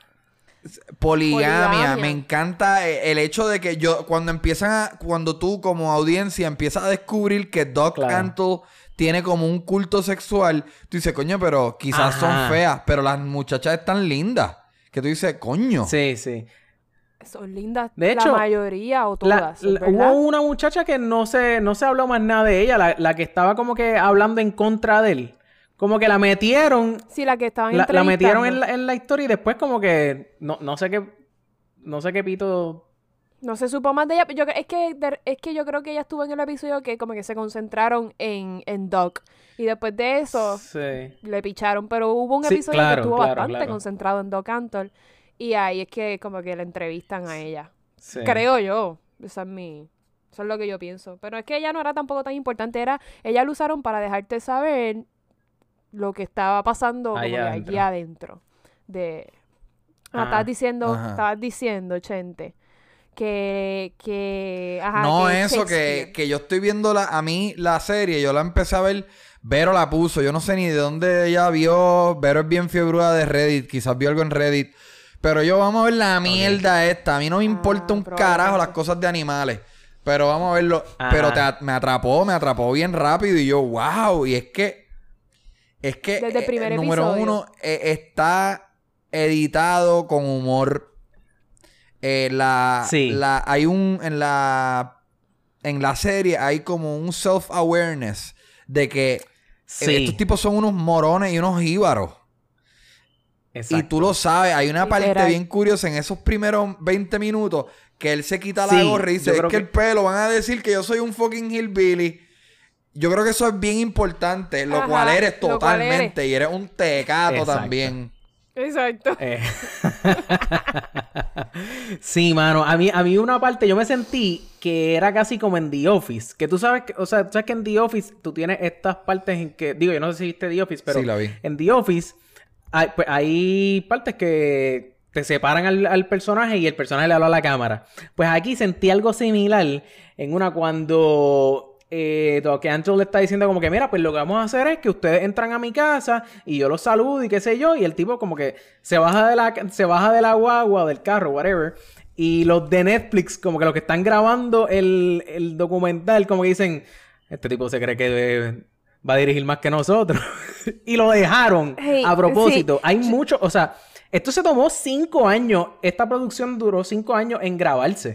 poligamia. Me encanta el hecho de que cuando tú como audiencia empiezas a descubrir que Doug Antle tiene como un culto sexual, tú dices, coño, pero quizás son feas, pero las muchachas están lindas. Que tú dices, coño. Sí. Son lindas, de hecho, la mayoría o todas. Hubo una muchacha que no se habló más nada de ella, la que estaba como que hablando en contra de él. Como que la metieron. Sí, la que estaban la metieron en la historia y después como que no sé qué pito. No se supo más de ella. Es que yo creo que ella estuvo en el episodio que como que se concentraron en Doc. Y después de eso le picharon. Pero hubo un episodio que estuvo bastante concentrado en Doc Antle. Y ahí es que como que la entrevistan a ella. Sí. Creo yo. Eso es lo que yo pienso. Pero es que ella no era tampoco tan importante. Ella lo usaron para dejarte saber lo que estaba pasando como allí adentro. Estabas diciendo, Chente, que no, que eso, que yo estoy viendo a mí la serie, yo la empecé a ver, Vero la puso, yo no sé ni de dónde ella vio, Vero es bien fiebruda de Reddit, quizás vio algo en Reddit, pero vamos a ver la mierda esta, a mí no me importa un carajo las cosas de animales, pero vamos a verlo, pero me atrapó bien rápido y yo, wow, y es que desde el primer número episodio. 1 está editado con humor. En la serie hay como un self-awareness de que estos tipos son unos morones y unos jíbaros. Exacto. Y tú lo sabes. Hay una parte bien curiosa en esos primeros 20 minutos que él se quita la gorra y dice, es que el pelo, van a decir que yo soy un fucking hillbilly. Yo creo que eso es bien importante, lo cual eres totalmente. Y eres un tecato también. Exacto. Sí, mano. A mí una parte yo me sentí que era casi como en The Office. Que tú sabes que, tú sabes que en The Office tú tienes estas partes en que... Digo, yo no sé si viste The Office, pero... Sí, la vi. En The Office hay partes que te separan al personaje y el personaje le habla a la cámara. Pues aquí sentí algo similar en una cuando... Doc Antle le está diciendo como que mira, pues lo que vamos a hacer es que ustedes entran a mi casa y yo los saludo y qué sé yo, y el tipo como que se baja de la guagua, del carro, whatever, y los de Netflix como que los que están grabando el documental como que dicen, este tipo se cree que va a dirigir más que nosotros y lo dejaron a propósito. Hay mucho, o sea, esto se tomó 5 años, esta producción duró 5 años en grabarse,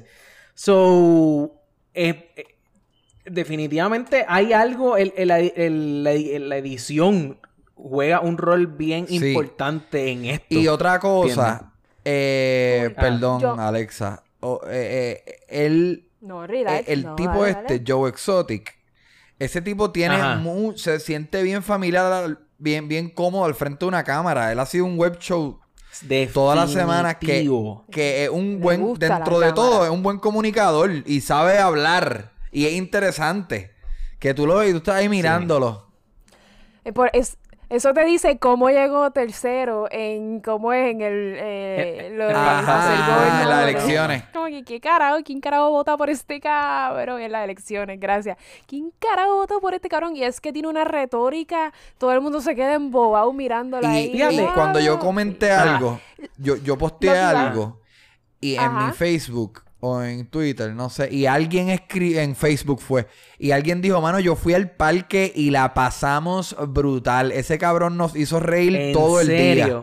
definitivamente hay algo, la edición juega un rol bien importante en esto. Y otra cosa, perdón, Alexa, el tipo Joe Exotic, ese tipo tiene se siente bien familiar, bien cómodo al frente de una cámara. Él ha sido un web show todas las semanas que es un buen, dentro de todo, es un buen comunicador y sabe hablar. Y es interesante que tú lo ves y tú estás ahí mirándolo. Eso te dice cómo llegó tercero en cómo es en en las elecciones. Como que ¿quién carajo vota por este cabrón? En las elecciones, gracias. ¿Quién carajo vota por este cabrón? Y es que tiene una retórica, todo el mundo se queda embobado mirándola ahí. Y cuando yo comenté algo, yo posteé algo y en mi Facebook o en Twitter, no sé, y alguien en Facebook fue, y alguien dijo, mano, yo fui al parque y la pasamos brutal. Ese cabrón nos hizo reír todo el día.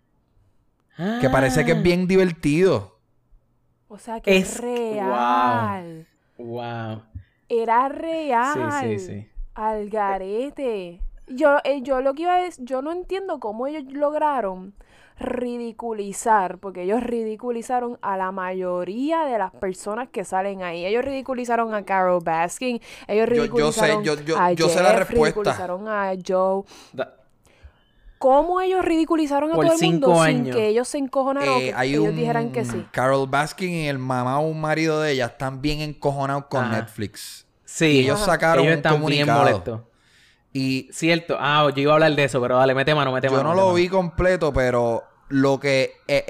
Que parece que es bien divertido. O sea, que es real. Wow. Era real. Sí. Al garete. Yo lo que iba a decir, yo no entiendo cómo ellos lograron ridiculizar, porque ellos ridiculizaron a la mayoría de las personas que salen ahí. Ellos ridiculizaron a Carol Baskin, ellos ridiculizaron a yo sé la respuesta. Ridiculizaron a Joe. ¿Cómo ellos ridiculizaron a todo el mundo sin que ellos se encojonaran o que ellos dijeran que sí? Carol Baskin y el mamá o un marido de ella están bien encojonados con Netflix. Sí. Y ellos sacaron un comunicado. Bien molestos. Y cierto. Yo iba a hablar de eso, pero dale, mete mano. Yo no lo vi completo, pero lo que...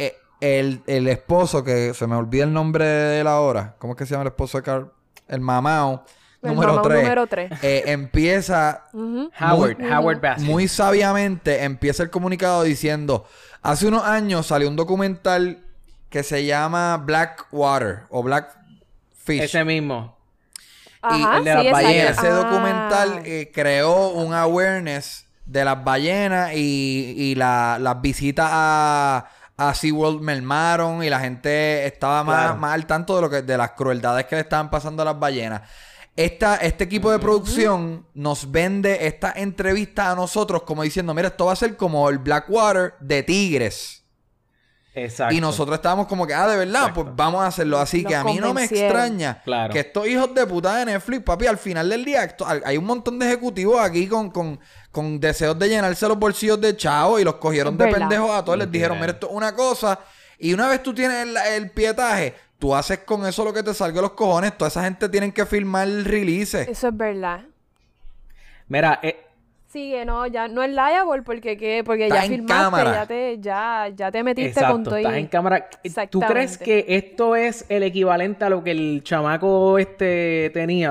el esposo, que se me olvida el nombre de él ahora. ¿Cómo es que se llama el esposo de Carl? El mamao. Número 3. Empieza... Howard Baskin. Muy sabiamente empieza el comunicado diciendo... Hace unos años salió un documental que se llama Blackwater o Blackfish. Ese mismo. Y el de las ballenas. Ese documental creó un awareness de las ballenas y las visitas a SeaWorld mermaron y la gente estaba más al tanto de las crueldades que le estaban pasando a las ballenas. Este equipo de producción nos vende esta entrevista a nosotros como diciendo, mira, esto va a ser como el Blackwater de tigres. Exacto. Y nosotros estábamos como que, de verdad, pues vamos a hacerlo así. Que a mí no me extraña que estos hijos de puta de Netflix, papi, al final del día, hay un montón de ejecutivos aquí con deseos de llenarse los bolsillos de chavo y los cogieron de pendejos a todos. Les dijeron, mira, esto es una cosa. Y una vez tú tienes el pietaje, tú haces con eso lo que te salga de los cojones. Toda esa gente tienen que firmar el release. Eso es verdad. Mira, sigue, no, ya no es liable porque ya filmaste, ya te metiste con todo. Estás en cámara. ¿Tú crees que esto es el equivalente a lo que el chamaco tenía?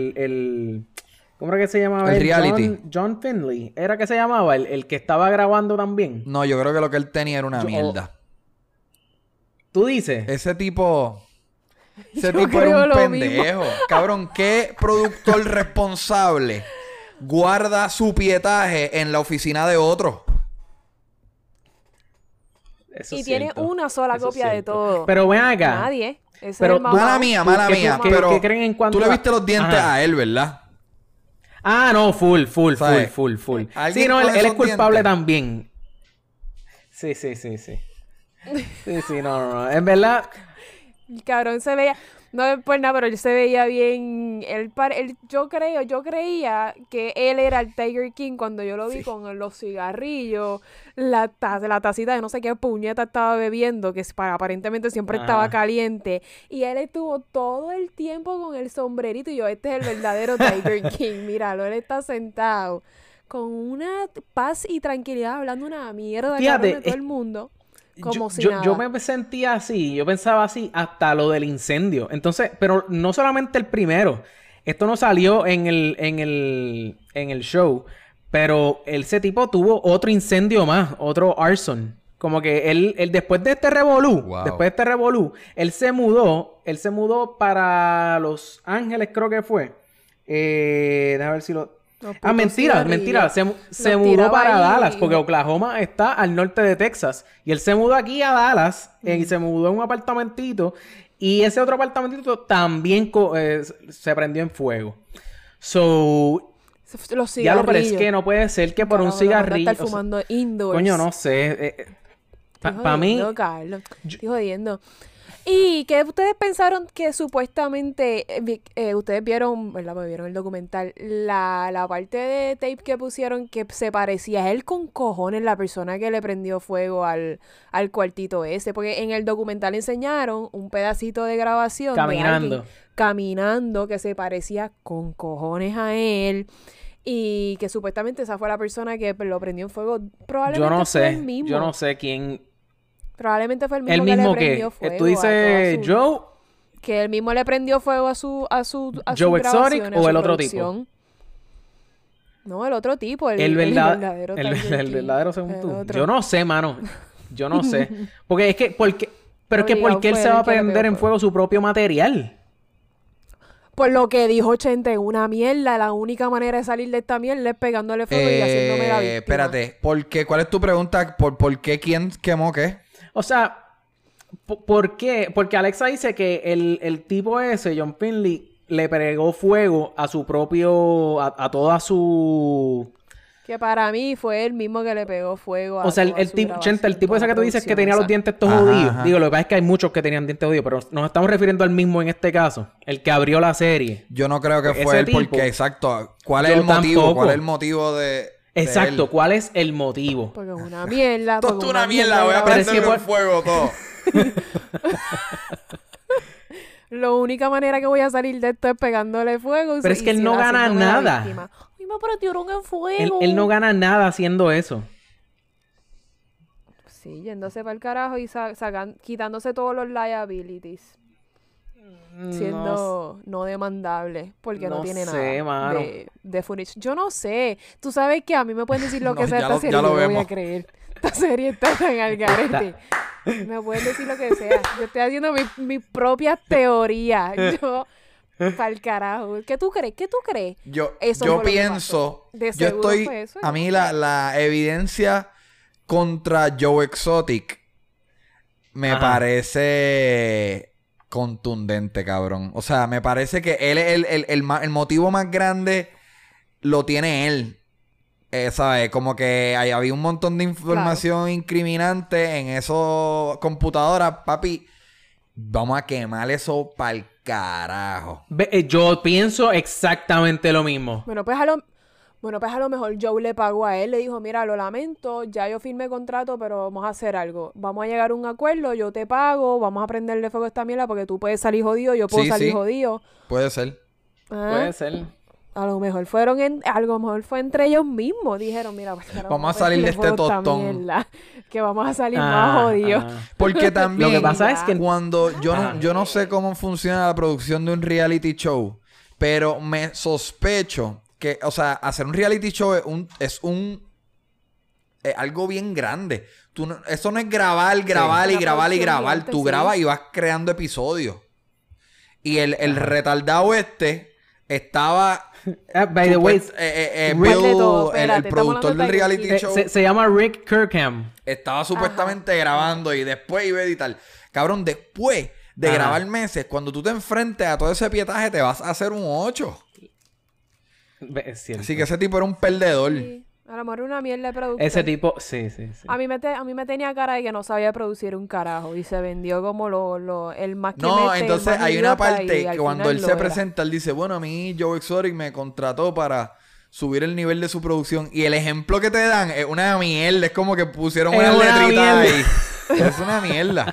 ¿Cómo era que se llamaba? El reality. John Finley. ¿Era que se llamaba? El que estaba grabando también. No, yo creo que lo que él tenía era una mierda. ¿Tú dices? Ese tipo era un pendejo. Cabrón, ¿qué productor responsable guarda su pietaje en la oficina de otro? Eso y tiene una sola copia de todo. Pero ven acá. Nadie. Pero mala mía. Pero ¿qué creen en cuanto tú le viste los dientes a él, ¿verdad? No, full. Sí, no, él es culpable también. Sí. Sí, no. En verdad... El cabrón se veía... No es por nada, pero él se veía bien... Yo creía que él era el Tiger King cuando yo lo vi con los cigarrillos, la tacita de no sé qué puñeta estaba bebiendo, que aparentemente siempre estaba caliente. Y él estuvo todo el tiempo con el sombrerito y yo, este es el verdadero Tiger King. Míralo, él está sentado con una paz y tranquilidad hablando una mierda de todo el mundo. Como yo me sentía así, yo pensaba así hasta lo del incendio. Entonces, pero no solamente el primero. Esto no salió en el show, pero ese tipo tuvo otro incendio más, otro arson. Como que él después de este revolú, él se mudó para Los Ángeles, creo que fue. Déjame ver si lo... mentira. Se mudó para Dallas, porque Oklahoma está al norte de Texas. Y él se mudó aquí a Dallas, y se mudó en un apartamentito. Y ese otro apartamentito también se prendió en fuego. Los cigarrillos. Pero es que no puede ser que por un cigarrillo... Estar fumando indoors. Coño, no sé. Para mí... Carlos. Estoy jodiendo. ¿Y qué ustedes pensaron que supuestamente ustedes vieron, ¿verdad? Porque vieron el documental, la parte de tape que pusieron que se parecía a él con cojones la persona que le prendió fuego al cuartito ese? Porque en el documental enseñaron un pedacito de grabación caminando. De caminando que se parecía con cojones a él. Y que supuestamente esa fue la persona que lo prendió en fuego. Probablemente fue el mismo. Yo no sé quién... Probablemente fue el mismo que le prendió fuego. ¿Tú dices Joe? Que él mismo le prendió fuego a su Joe Exotic o el otro tipo. No, el otro tipo. El verdadero segundo tú. Yo no sé, mano. Yo no sé. Porque Pero es que ¿por qué él se va a prender en fuego su propio material? Por lo que dijo 80, una mierda. La única manera de salir de esta mierda es pegándole fuego y haciéndome la víctima. Espérate, ¿por qué? ¿Cuál es tu pregunta? ¿Por qué quién quemó qué? O sea, ¿por qué? Porque Alexa dice que el tipo ese, John Finley, le pegó fuego a su propio... a toda su... Que para mí fue él mismo que le pegó fuego a o sea, el tipo ese que tú dices que tenía los dientes todos jodidos. Ajá. Digo, lo que pasa es que hay muchos que tenían dientes jodidos, pero nos estamos refiriendo al mismo en este caso. El que abrió la serie. Yo no creo que fue él porque, exacto, ¿cuál es el motivo? Tampoco. ¿Cuál es el motivo de exacto, él? ¿Cuál es el motivo? Porque es una mierda. Esto es una mierda, voy a prenderlo en fuego todo. La única manera que voy a salir de esto es pegándole fuego. Pero es que él no gana nada. Ay, me prendieron en fuego. Él no gana nada haciendo eso. Sí, yéndose para el carajo y quitándose todos los liabilities. Siendo no demandable. Porque no tiene nada de footage. Yo no sé. Tú sabes que a mí me pueden decir lo que sea esta serie. Yo no voy a creer. Esta serie está tan al garete. Me pueden decir lo que sea. Yo estoy haciendo mi propia teoría. Yo, para el carajo. ¿Qué tú crees? Yo pienso... Yo estoy... Eso, a mí la evidencia contra Joe Exotic me parece contundente, cabrón. O sea, me parece que él el motivo más grande lo tiene él. ¿Sabes? Como que había un montón de información incriminante en esas computadoras. Papi, vamos a quemar eso pa'l carajo. Yo pienso exactamente lo mismo. Bueno, pues a lo mejor Joe le pagó a él. Le dijo, mira, lo lamento, ya yo firmé contrato, pero vamos a hacer algo. Vamos a llegar a un acuerdo, yo te pago, vamos a prenderle fuego a esta mierda porque tú puedes salir jodido, yo puedo salir jodido. Puede ser. Puede ser. A lo mejor fue entre ellos mismos. Dijeron, mira, pues, vamos a salir de este tostón. Que vamos a salir más jodidos. Porque también lo que pasa es que cuando yo no sé cómo funciona la producción de un reality show, pero me sospecho que, o sea, hacer un reality show es algo bien grande. Eso no es grabar. Tú grabas y vas creando episodios. Y el retardado estaba... by the way, el productor del reality show se llama Rick Kirkham. Estaba supuestamente grabando y después iba a editar. Cabrón, después de grabar meses, cuando tú te enfrentes a todo ese pietaje, te vas a hacer un 8. Es cierto. Así que ese tipo era un perdedor. Sí. A lo mejor una mierda de producción. Ese tipo, sí. A mí me tenía cara de que no sabía producir un carajo y se vendió como el más que no, entonces hay una parte que cuando él se presenta, él dice, bueno, a mí Joe Exotic me contrató para subir el nivel de su producción. Y el ejemplo que te dan es una mierda. Es como que pusieron una letrita ahí. Es una mierda.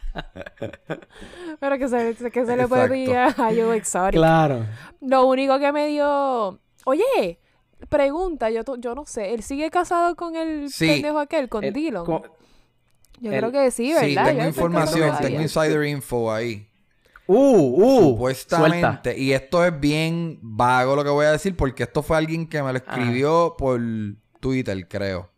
Pero que se le puede pedir a Joe Exotic. Claro. Lo único que me dio... Oye... Pregunta, yo no sé. ¿Él sigue casado con el pendejo aquel, con Dillon? Yo creo que sí, ¿verdad? Sí, tengo información, tengo insider info ahí. Supuestamente. Suelta. Y esto es bien vago lo que voy a decir, porque esto fue alguien que me lo escribió por Twitter, creo.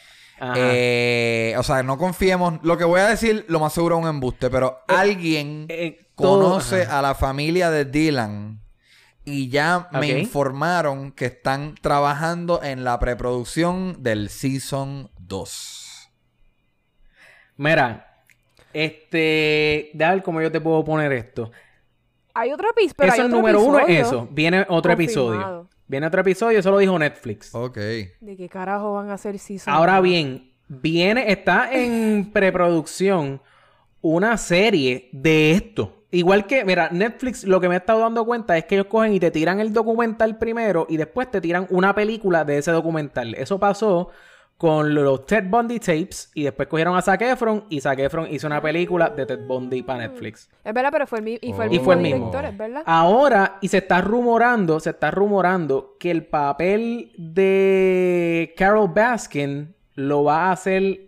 O sea, no confiemos. Lo que voy a decir, lo más seguro es un embuste, pero alguien conoce a la familia de Dylan. Y ya me informaron que están trabajando en la preproducción del Season 2. Mira, de ver cómo yo te puedo poner esto. Hay otro episodio. Eso es número uno, eso. Viene otro episodio. Eso lo dijo Netflix. Ok. ¿De qué carajo van a hacer Season 2? Ahora bien, está en preproducción una serie de esto. Igual que, mira, Netflix lo que me he estado dando cuenta es que ellos cogen y te tiran el documental primero y después te tiran una película de ese documental. Eso pasó con los Ted Bundy tapes y después cogieron a Zac Efron y Zac Efron hizo una película de Ted Bundy para Netflix. Es verdad, pero fue el mismo director, es verdad. Ahora, y se está rumorando que el papel de Carol Baskin lo va a hacer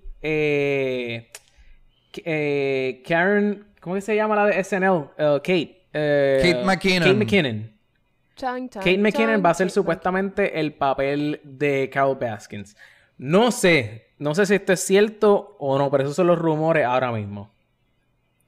Karen... ¿Cómo que se llama la de SNL? Kate McKinnon. Kate McKinnon va a ser supuestamente el papel de Carol Baskins. No sé si esto es cierto o no, pero esos son los rumores ahora mismo.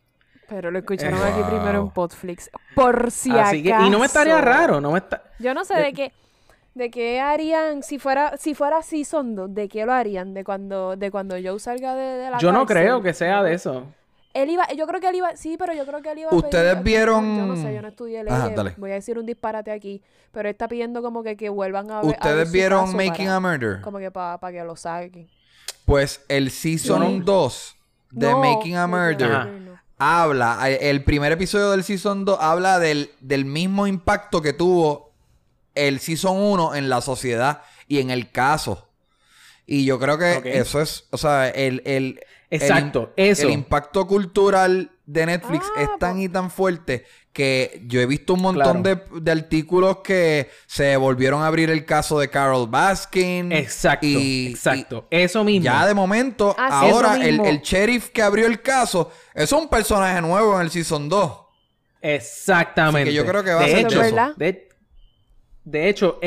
Pero lo escucharon aquí primero en Podflix. Por si Así acaso. Y no me estaría raro, Yo no sé de qué harían, si fuera Season 2, ¿de qué lo harían? De cuando Joe salga de la Yo no cárcel. creo que sea de eso. Yo creo que él iba, sí, pero yo creo que él iba a Ustedes pedir, vieron... yo no sé, yo no estudié leyes, Ajá, dale. voy a decir un disparate aquí, pero él está pidiendo como que vuelvan a ver ¿Ustedes su vieron caso Making a Murder? Como que para que lo saquen. Pues el Season 2 de No, Making a Murder no. habla, el primer episodio del Season 2 habla del mismo impacto que tuvo el Season 1 en la sociedad y en el caso. Y yo creo que eso es, o sea, Exacto, eso. El impacto cultural de Netflix es tan y tan fuerte que yo he visto un montón de artículos que se volvieron a abrir el caso de Carol Baskin. Exacto. Eso mismo. Ya de momento, ahora el sheriff que abrió el caso es un personaje nuevo en el Season 2. Exactamente. Así que yo creo que va a ser eso. ¿Verdad? De hecho,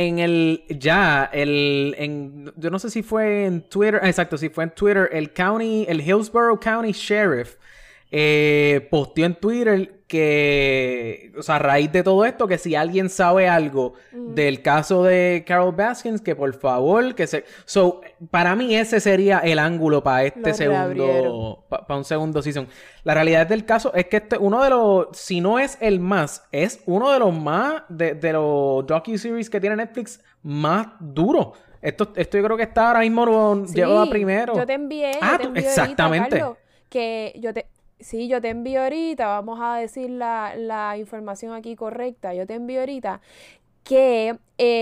yo no sé si fue en Twitter, exacto, si fue en Twitter, el Hillsborough County Sheriff posteó en Twitter que, o sea, a raíz de todo esto, que si alguien sabe algo del caso de Carol Baskins, que por favor, para mí ese sería el ángulo para este segundo, para un segundo season. La realidad del caso es que este uno de los, si no es el más, es uno de los más, de los docuseries que tiene Netflix más duro. Esto yo creo que está ahora mismo, lleva primero. Yo te envié exactamente. Ahorita, Carlos, Sí, yo te envío ahorita, vamos a decir la información aquí correcta. Yo te envío ahorita que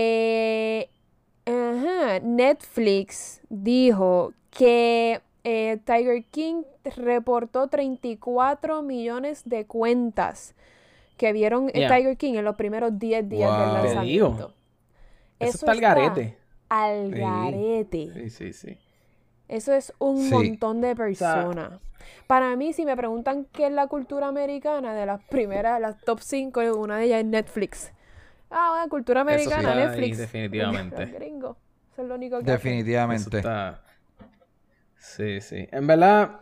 Netflix dijo que Tiger King reportó 34 millones de cuentas que vieron Tiger King en los primeros 10 días del lanzamiento. Eso está al garete. Al garete. Sí. Eso es un montón de personas. Para mí, si me preguntan qué es la cultura americana, de las primeras, las top 5, una de ellas es Netflix. Bueno, cultura americana, Netflix. Definitivamente. Gringo. Eso es lo único que definitivamente. Sí. En verdad,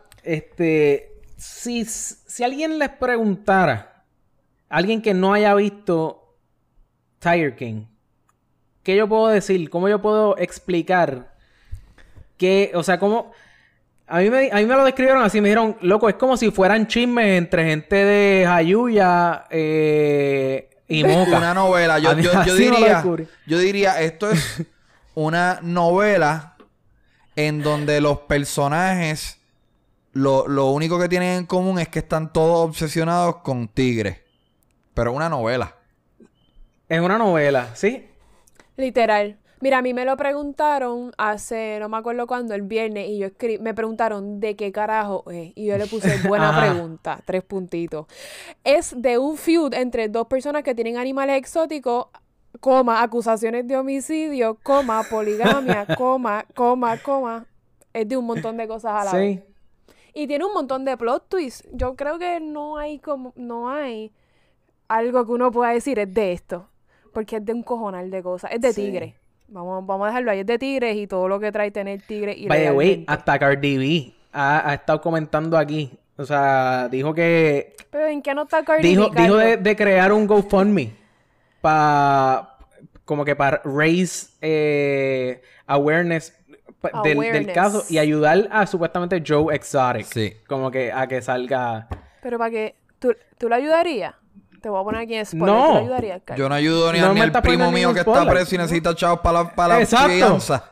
si alguien les preguntara, alguien que no haya visto Tiger King, ¿qué yo puedo decir? ¿Cómo yo puedo explicar que, o sea, cómo... A mí me lo describieron así, me dijeron, loco, es como si fueran chismes entre gente de Jayuya y Moca. Una novela. Yo diría, esto es una novela en donde los personajes, lo único que tienen en común es que están todos obsesionados con tigres. Pero es una novela. Es una novela, ¿sí? Literal. Mira, a mí me lo preguntaron hace, no me acuerdo cuándo, el viernes, y me preguntaron de qué carajo es. Y yo le puse buena pregunta, 3 puntitos. Es de un feud entre dos personas que tienen animales exóticos, acusaciones de homicidio, poligamia, Es de un montón de cosas a la vez. Y tiene un montón de plot twists. Yo creo que no hay algo que uno pueda decir es de esto. Porque es de un cojonal de cosas. Es de tigre. Vamos a dejarlo ahí. Es de tigres y todo lo que trae tener tigre. Y by the way, hasta Cardi B ha estado comentando aquí. O sea, dijo que... ¿Pero en qué no está Cardi B? Dijo de crear un GoFundMe como que para raise awareness del caso y ayudar a supuestamente Joe Exotic. Sí. Como que a que salga... Pero para que... ¿Tú lo ayudarías? Te voy a poner aquí en spoiler. No. ¿Tú lo ayudarías, Carlos? Yo no ayudo ni al primo mío que está preso y necesita chavos para la fianza.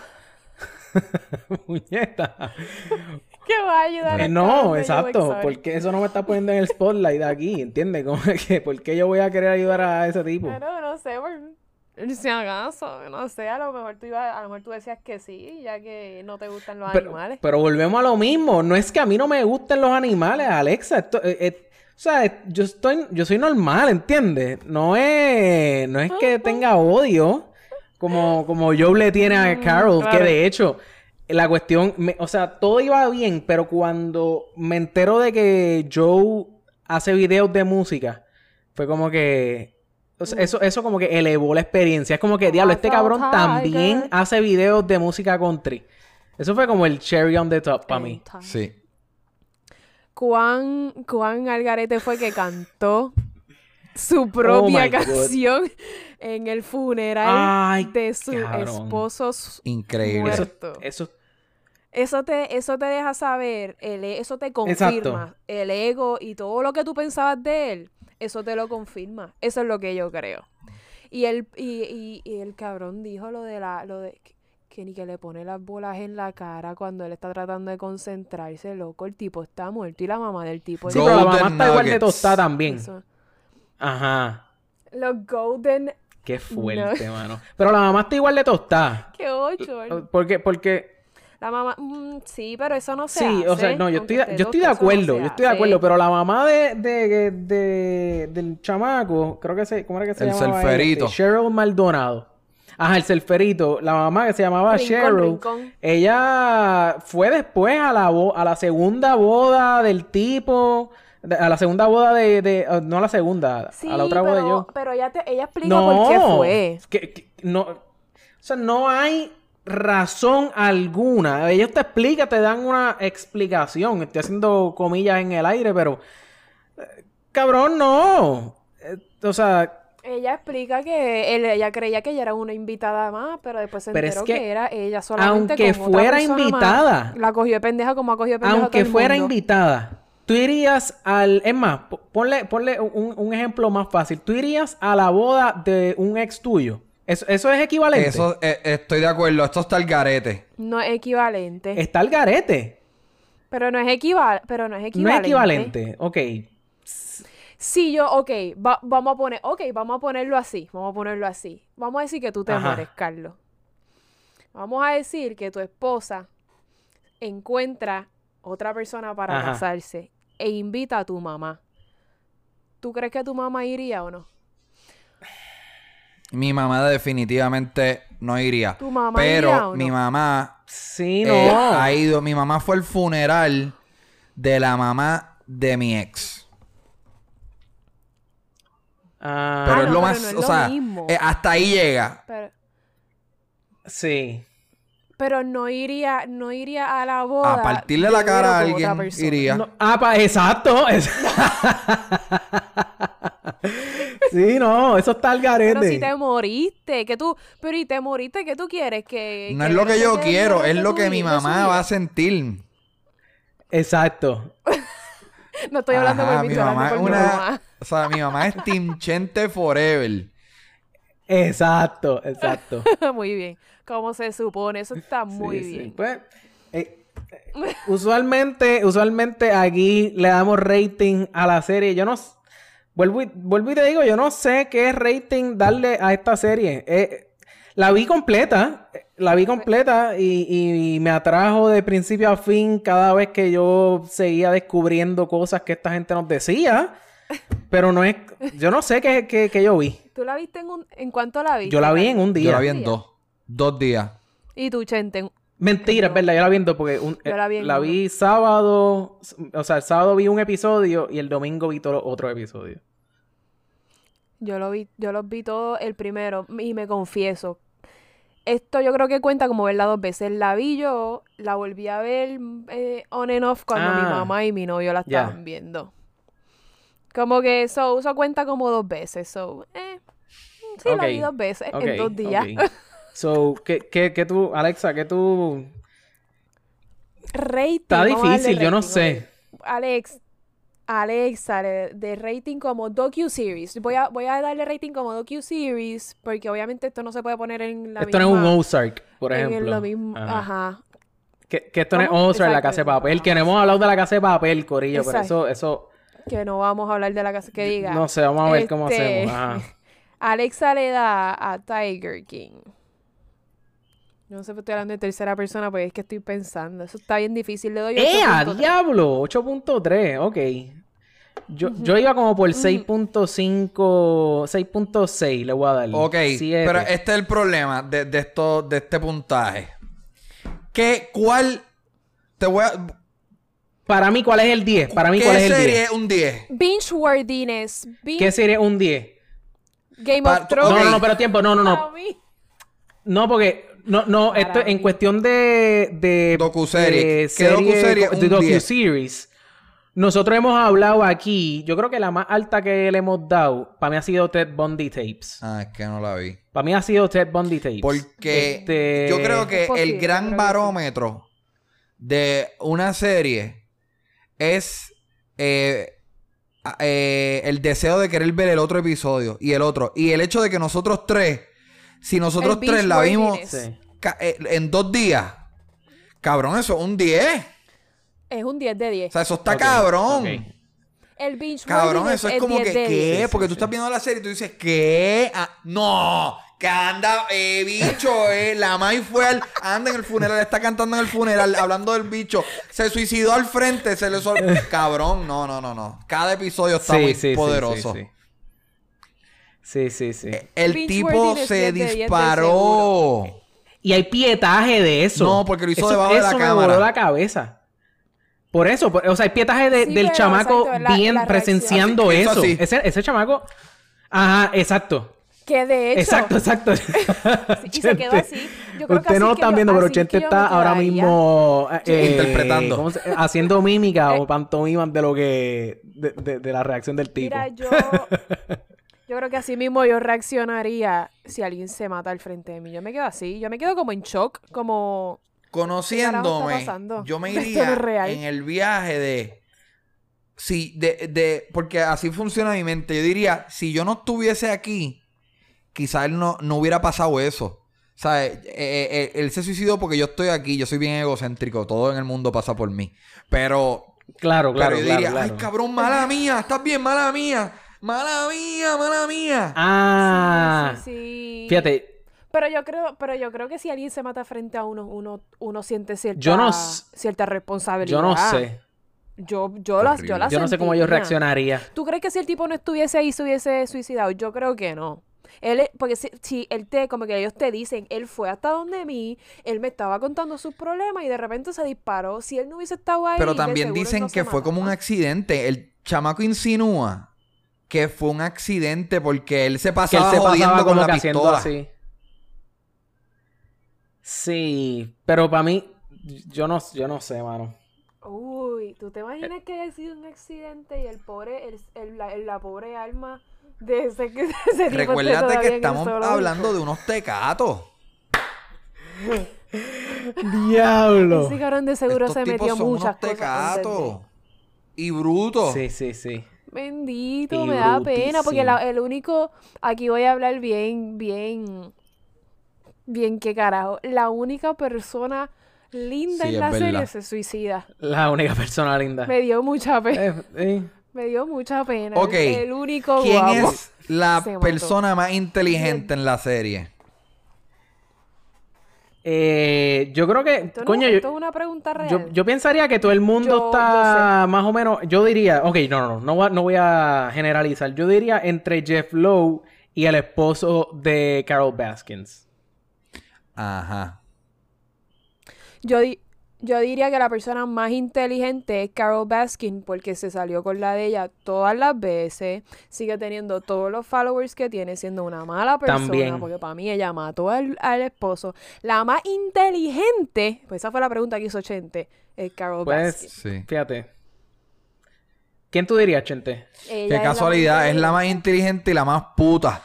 Puñeta. ¿Qué va a ayudar? No, exacto. Porque eso no me está poniendo en el spotlight de aquí, ¿entiendes? Como que, ¿por qué yo voy a querer ayudar a ese tipo? Pero no sé, si acaso, no sé, a lo mejor tú decías que sí, ya que no te gustan los animales. Pero volvemos a lo mismo. No es que a mí no me gusten los animales, Alexa. Esto, o sea, yo soy normal, ¿entiendes? No es que tenga odio como Joe le tiene a Carol, claro. Que de hecho, la cuestión, o sea, todo iba bien, pero cuando me entero de que Joe hace videos de música, fue como que, o sea, eso como que elevó la experiencia. Es como que, diablo, este cabrón también hace videos de música country. Eso fue como el cherry on the top para mí. Sí. cuán al garete fue que cantó su propia canción en el funeral de su esposo increíble muerto. Eso te deja saber, eso te confirma el ego y todo lo que tú pensabas de él, eso te lo confirma. Eso es lo que yo creo. Y el cabrón dijo lo de que ni que le pone las bolas en la cara cuando él está tratando de concentrarse, loco. El tipo está muerto y la mamá del tipo... Sí, pero la mamá está igual de tostada también. Eso. Ajá. Los Golden... Qué fuerte, mano. Pero la mamá está igual de tostada. Qué ocho. Porque... La mamá... sí, pero eso no se hace. Sí, o sea, no, yo estoy de acuerdo. Yo estoy de acuerdo. Pero la mamá del chamaco... Creo que ¿cómo era que se llamaba? El Selferito. Cheryl Maldonado. Ajá, el Selferito. La mamá que se llamaba Cheryl. Ella fue después a la segunda boda del tipo... A la segunda boda no a la segunda, sí, a la otra boda de yo. Pero ella explica por qué fue. No, o sea, no hay razón alguna. Ellos te explican, te dan una explicación. Estoy haciendo comillas en el aire, pero... cabrón, no. O sea... Ella explica que ella creía que ella era una invitada más, pero después se enteró que era ella solamente. Aunque fuera invitada. Más, la cogió de pendeja como ha cogido de pendeja aunque todo el fuera mundo. Invitada. Tú irías es más, ponle un ejemplo más fácil. Tú irías a la boda de un ex tuyo. ¿Eso es equivalente? Eso, estoy de acuerdo. Esto está al garete. No es equivalente. Está al garete. Pero no es equivalente. No es equivalente. Ok. Sí, vamos a ponerlo así. Vamos a decir que tú te mueres, Carlos. Vamos a decir que tu esposa encuentra otra persona para casarse e invita a tu mamá. ¿Tú crees que tu mamá iría o no? Mi mamá definitivamente no iría. ¿Tu mamá pero iría o no? Mi mamá sí, no. Ha ido. Mi mamá fue al funeral de la mamá de mi ex. Pero es lo más... No es o sea, hasta ahí llega. Sí. Pero no iría a la boda. A partirle la cara a alguien iría. No, exacto. Sí, no, eso está al garete. Pero si te moriste, ¿qué tú quieres? No es lo que yo quiero, es lo que mi mamá va a sentir. Exacto. No estoy hablando por mi mamá es una... O sea, mi mamá es Team Chente forever. Exacto. Muy bien. Como se supone, eso está muy bien. Sí. Pues, usualmente aquí le damos rating a la serie. Yo no... Vuelvo y te digo, yo no sé qué rating darle a esta serie. La vi completa y me atrajo de principio a fin cada vez que yo seguía descubriendo cosas que esta gente nos decía. Pero no es... Yo no sé qué yo vi. ¿Tú la viste en cuánto la viste? Yo la vi en un día. Yo la vi en 2 días. ¿Y tú, Chente? Mentira, es verdad. Yo la vi en 2 porque la vi sábado... O sea, el sábado vi un episodio y el domingo vi todo otro episodio. Yo los vi todos el primero y me confieso. Esto yo creo que cuenta como verla 2 veces. La vi yo, la volví a ver on and off cuando mi mamá y mi novio la estaban viendo. Como que eso cuenta como 2 veces. Sí, la vi 2 veces en 2 días. Okay. So, ¿qué tú, Alexa, qué tú... Rating. Está difícil, yo no sé. Alexa, de rating como docu-series. Voy a darle rating como docu-series porque obviamente esto no se puede poner en la misma... Esto no es un Ozark, por ejemplo. En lo mismo, ajá. Que esto no es Ozark, la Casa de Papel. Que no hemos hablado de la Casa de Papel, corillo, exacto. Pero eso... Que no vamos a hablar de la casa que diga. No sé, vamos a ver cómo hacemos. Ajá. Alexa le da a Tiger King. No sé si estoy hablando de tercera persona porque es que estoy pensando. Eso está bien difícil. Le doy 8.3. ¡Diablo! 8.3. Ok. Yo iba como por 6.5... 6.6 le voy a dar. Ok. 7. Pero este es el problema de este puntaje. ¿Cuál? Te voy a... Para mí, ¿cuál es el 10? Para mí, ¿cuál es el 10? ¿Qué serie es un 10? Binge-worthiness. ¿Qué serie es un 10? Game of Thrones. No, pero tiempo. No. No, porque... No, esto en cuestión de docuserie. ¿Qué docuserie? De docuseries. nosotros hemos hablado aquí, yo creo que la más alta que le hemos dado, para mí ha sido Ted Bundy Tapes. Es que no la vi. Para mí ha sido Ted Bundy Tapes. Porque yo creo que el gran barómetro de una serie es el deseo de querer ver el otro episodio y el otro. Y el hecho de que nosotros tres, si nosotros tres la vimos en 2 días, cabrón, eso es un 10. Es un 10 de 10. O sea, eso está cabrón. Okay. El binge cabrón, eso es como que, ¿qué? Porque tú sí. estás viendo la serie y tú dices, ¿qué? No, que anda, bicho, la Mai anda en el funeral, está cantando en el funeral, hablando del bicho, se suicidó al frente, se le cabrón, no. Cada episodio está muy poderoso. Sí. El tipo se disparó. Y hay pietaje de eso. No, porque lo hizo debajo de la cámara. Eso me voló la cabeza. Por eso, o sea, hay pietaje del chamaco bien presenciando eso. Ese chamaco... Ajá, exacto. Que de hecho... Exacto. Y se quedó así. Yo creo Ustedes no lo están viendo, pero Chente está ahora mismo... interpretando. Haciendo mímica o pantomima de lo que... De la reacción del tipo. Mira, yo creo que así mismo yo reaccionaría si alguien se mata al frente de mí. Yo me quedo así. Yo me quedo como en shock, como... Conociéndome, yo me iría en el viaje de... Sí, porque así funciona mi mente. Yo diría, si yo no estuviese aquí, quizás él no hubiera pasado eso. O sea, él se suicidó porque yo estoy aquí. Yo soy bien egocéntrico. Todo en el mundo pasa por mí. Pero... Claro. Yo diría, ay, cabrón, mala mía. ¿Estás bien? Mala mía. Mala mía. Ah. Sí. Fíjate... Pero yo creo que si alguien se mata frente a uno siente cierta responsabilidad. Yo no sé. Yo no sé cómo yo reaccionaría. ¿Tú crees que si el tipo no estuviese ahí se hubiese suicidado? Yo creo que no. Porque si como que ellos te dicen, él fue hasta donde mí, él me estaba contando sus problemas y de repente se disparó. Si él no hubiese estado ahí... Pero también dicen que fue como un accidente. El chamaco insinúa que fue un accidente porque él se pasaba jodiendo con la pistola. Así. Sí, pero para mí, yo no sé, mano. Uy, ¿tú te imaginas que haya sido un accidente y el pobre, la pobre alma de ese tipo? Recuérdate que estamos hablando de unos tecatos. Diablo. Ese cabrón de seguro estos se metió muchas cosas. Tecatos. Y brutos. Sí. Bendito, me da pena porque el único, aquí voy a hablar bien, qué carajo. La única persona linda en la serie se suicida. La única persona linda. Me dio mucha pena. Me dio mucha pena. Ok. El único ¿Quién guapo es la persona más inteligente en la serie? Yo creo que... Esto es una pregunta real. Yo pensaría que todo el mundo está más o menos... Yo diría... Ok, no voy a generalizar. Yo diría entre Jeff Lowe y el esposo de Carol Baskins. Ajá. Yo diría que la persona más inteligente es Carol Baskin porque se salió con la de ella todas las veces. Sigue teniendo todos los followers que tiene, siendo una mala persona. También. Porque para mí ella mató al esposo. La más inteligente, pues esa fue la pregunta que hizo Chente, es Carol Baskin. Sí. Fíjate. ¿Quién tú dirías, Chente? Qué casualidad, es la más inteligente y la más puta.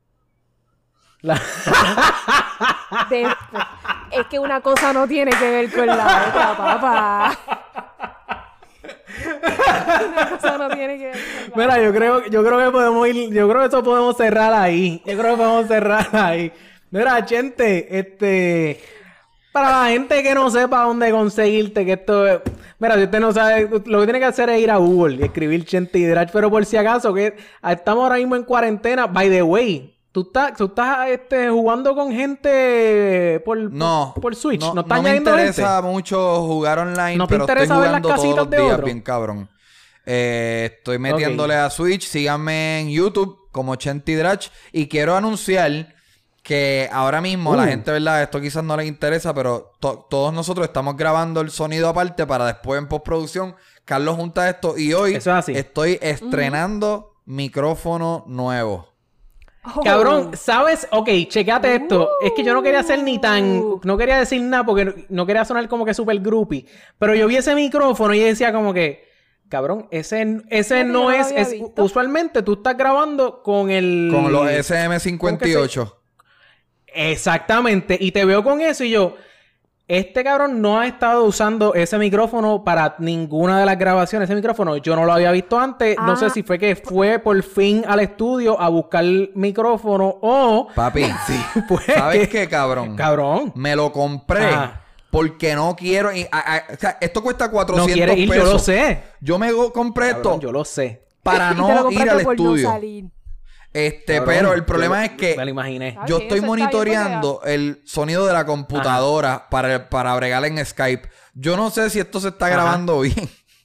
Es que una cosa no tiene que ver con la otra, papá. Una cosa no tiene que ver con la otra. Mira, yo creo que podemos ir... Yo creo que eso podemos cerrar ahí. Mira, Chente, para la gente que no sepa dónde conseguirte, que esto es... Mira, si usted no sabe, lo que tiene que hacer es ir a Google y escribir Chente Hidrach. Pero por si acaso, que estamos ahora mismo en cuarentena, by the way... ¿Tú estás jugando con gente por Switch? ¿No me interesa mucho jugar online, ¿No te pero interesa estoy ver las jugando casitas todos los de días otro? bien cabrón. Estoy metiéndole a Switch. Síganme en YouTube como Chente Hidrach. Y quiero anunciar que ahora mismo la gente, ¿verdad? Esto quizás no les interesa, pero todos nosotros estamos grabando el sonido aparte para después en postproducción. Carlos junta esto y hoy estoy estrenando micrófono nuevo. Cabrón, ¿sabes? Ok, chequéate esto. Es que yo no quería ser no quería decir nada porque no quería sonar como que súper groupie. Pero yo vi ese micrófono y decía como que... Cabrón, ese no es... Usualmente tú estás grabando con el... Con los SM58. Exactamente. Y te veo con eso y yo... Este cabrón no ha estado usando ese micrófono para ninguna de las grabaciones. Ese micrófono yo no lo había visto antes. No sé si fue que fue por fin al estudio a buscar el micrófono o... Papi, sí. Pues, ¿sabes qué, cabrón? Cabrón. Me lo compré porque no quiero... o sea, esto cuesta 400 no quiere ir, pesos. Yo lo sé. Yo me compré cabrón, esto. Yo lo sé. Para no ir al estudio. No salir. Cabrón, pero el problema es que me lo imaginé. yo estoy monitoreando el sonido de la computadora para bregar en Skype. Yo no sé si esto se está grabando bien.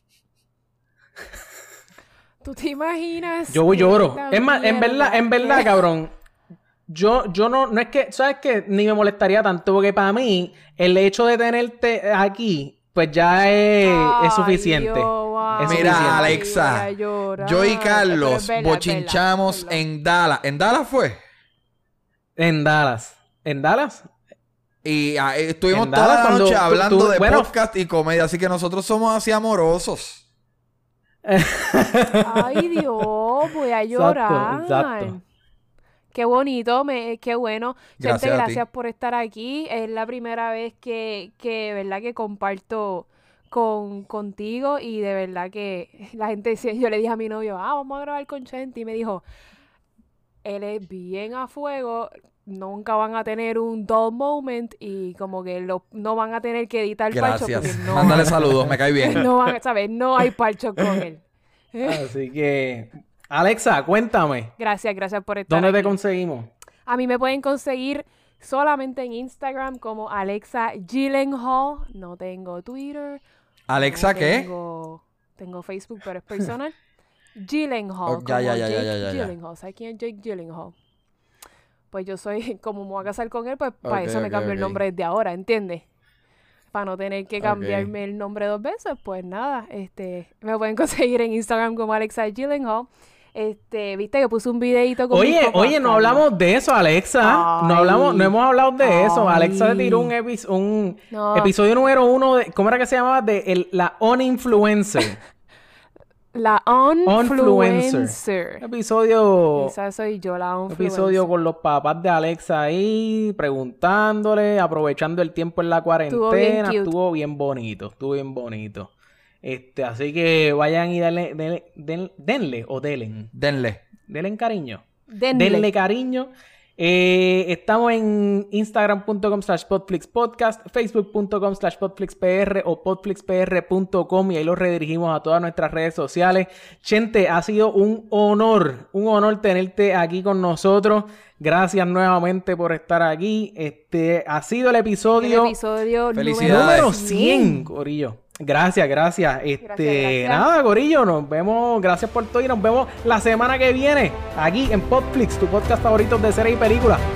¿Tú te imaginas? Yo lloro. Es más, en verdad, cabrón. Yo no es que, ¿sabes qué? Ni me molestaría tanto porque para mí el hecho de tenerte aquí pues ya es suficiente. Es Mira, suficiente. Alexa, yo y Carlos bochinchamos en Dallas. ¿En Dallas fue? En Dallas. ¿En Dallas? Y estuvimos en toda Dallas, la noche tú, hablando de bueno, podcast y comedia. Así que nosotros somos así amorosos. Ay, Dios, voy a llorar. Exacto. Qué bonito, qué bueno. Gracias, gracias por estar aquí. Es la primera vez que verdad que comparto contigo y de verdad que la gente decía, yo le dije a mi novio, vamos a grabar con Chente y me dijo, él es bien a fuego, nunca van a tener un dull moment y como que no van a tener que editar parcho. Gracias. Mándale saludos, me cae bien. No van a saber, no hay parcho con él. Así que, Alexa, cuéntame. Gracias por estar ¿Dónde aquí. te conseguimos? A mí me pueden conseguir solamente en Instagram como Alexa Gyllenhaal. No tengo Twitter. ¿Alexa qué? Tengo Facebook, pero es personal. Gyllenhaal. Ya. Gyllenhaal. ¿Sabes quién es Jake Gyllenhaal? Pues yo soy, como me voy a casar con él, pues para eso me cambio el nombre desde ahora, ¿entiendes? Para no tener que cambiarme el nombre 2 veces, pues nada, me pueden conseguir en Instagram como Alexa Gyllenhaal. Viste que puse un videito con Oye, no hablamos de eso, Alexa. Ay, no hemos hablado de eso. Alexa se tiró un episodio número 1 de, ¿cómo era que se llamaba? De la On-Influencer. La On-Influencer. Episodio. Esa soy yo, la On-Influencer. Episodio con los papás de Alexa ahí, preguntándole, aprovechando el tiempo en la cuarentena. Estuvo bien bonito. Así que vayan y denle cariño. Denle cariño. Estamos en instagram.com/podflixpodcast, facebook.com/podflixpr o podflixpr.com y ahí los redirigimos a todas nuestras redes sociales. Chente, ha sido un honor tenerte aquí con nosotros. Gracias nuevamente por estar aquí. Ha sido el episodio número 100, corillo. Gracias. Gracias. Nada, corillo, nos vemos. Gracias por todo y nos vemos la semana que viene aquí en Podflix, tu podcast favorito de series y películas.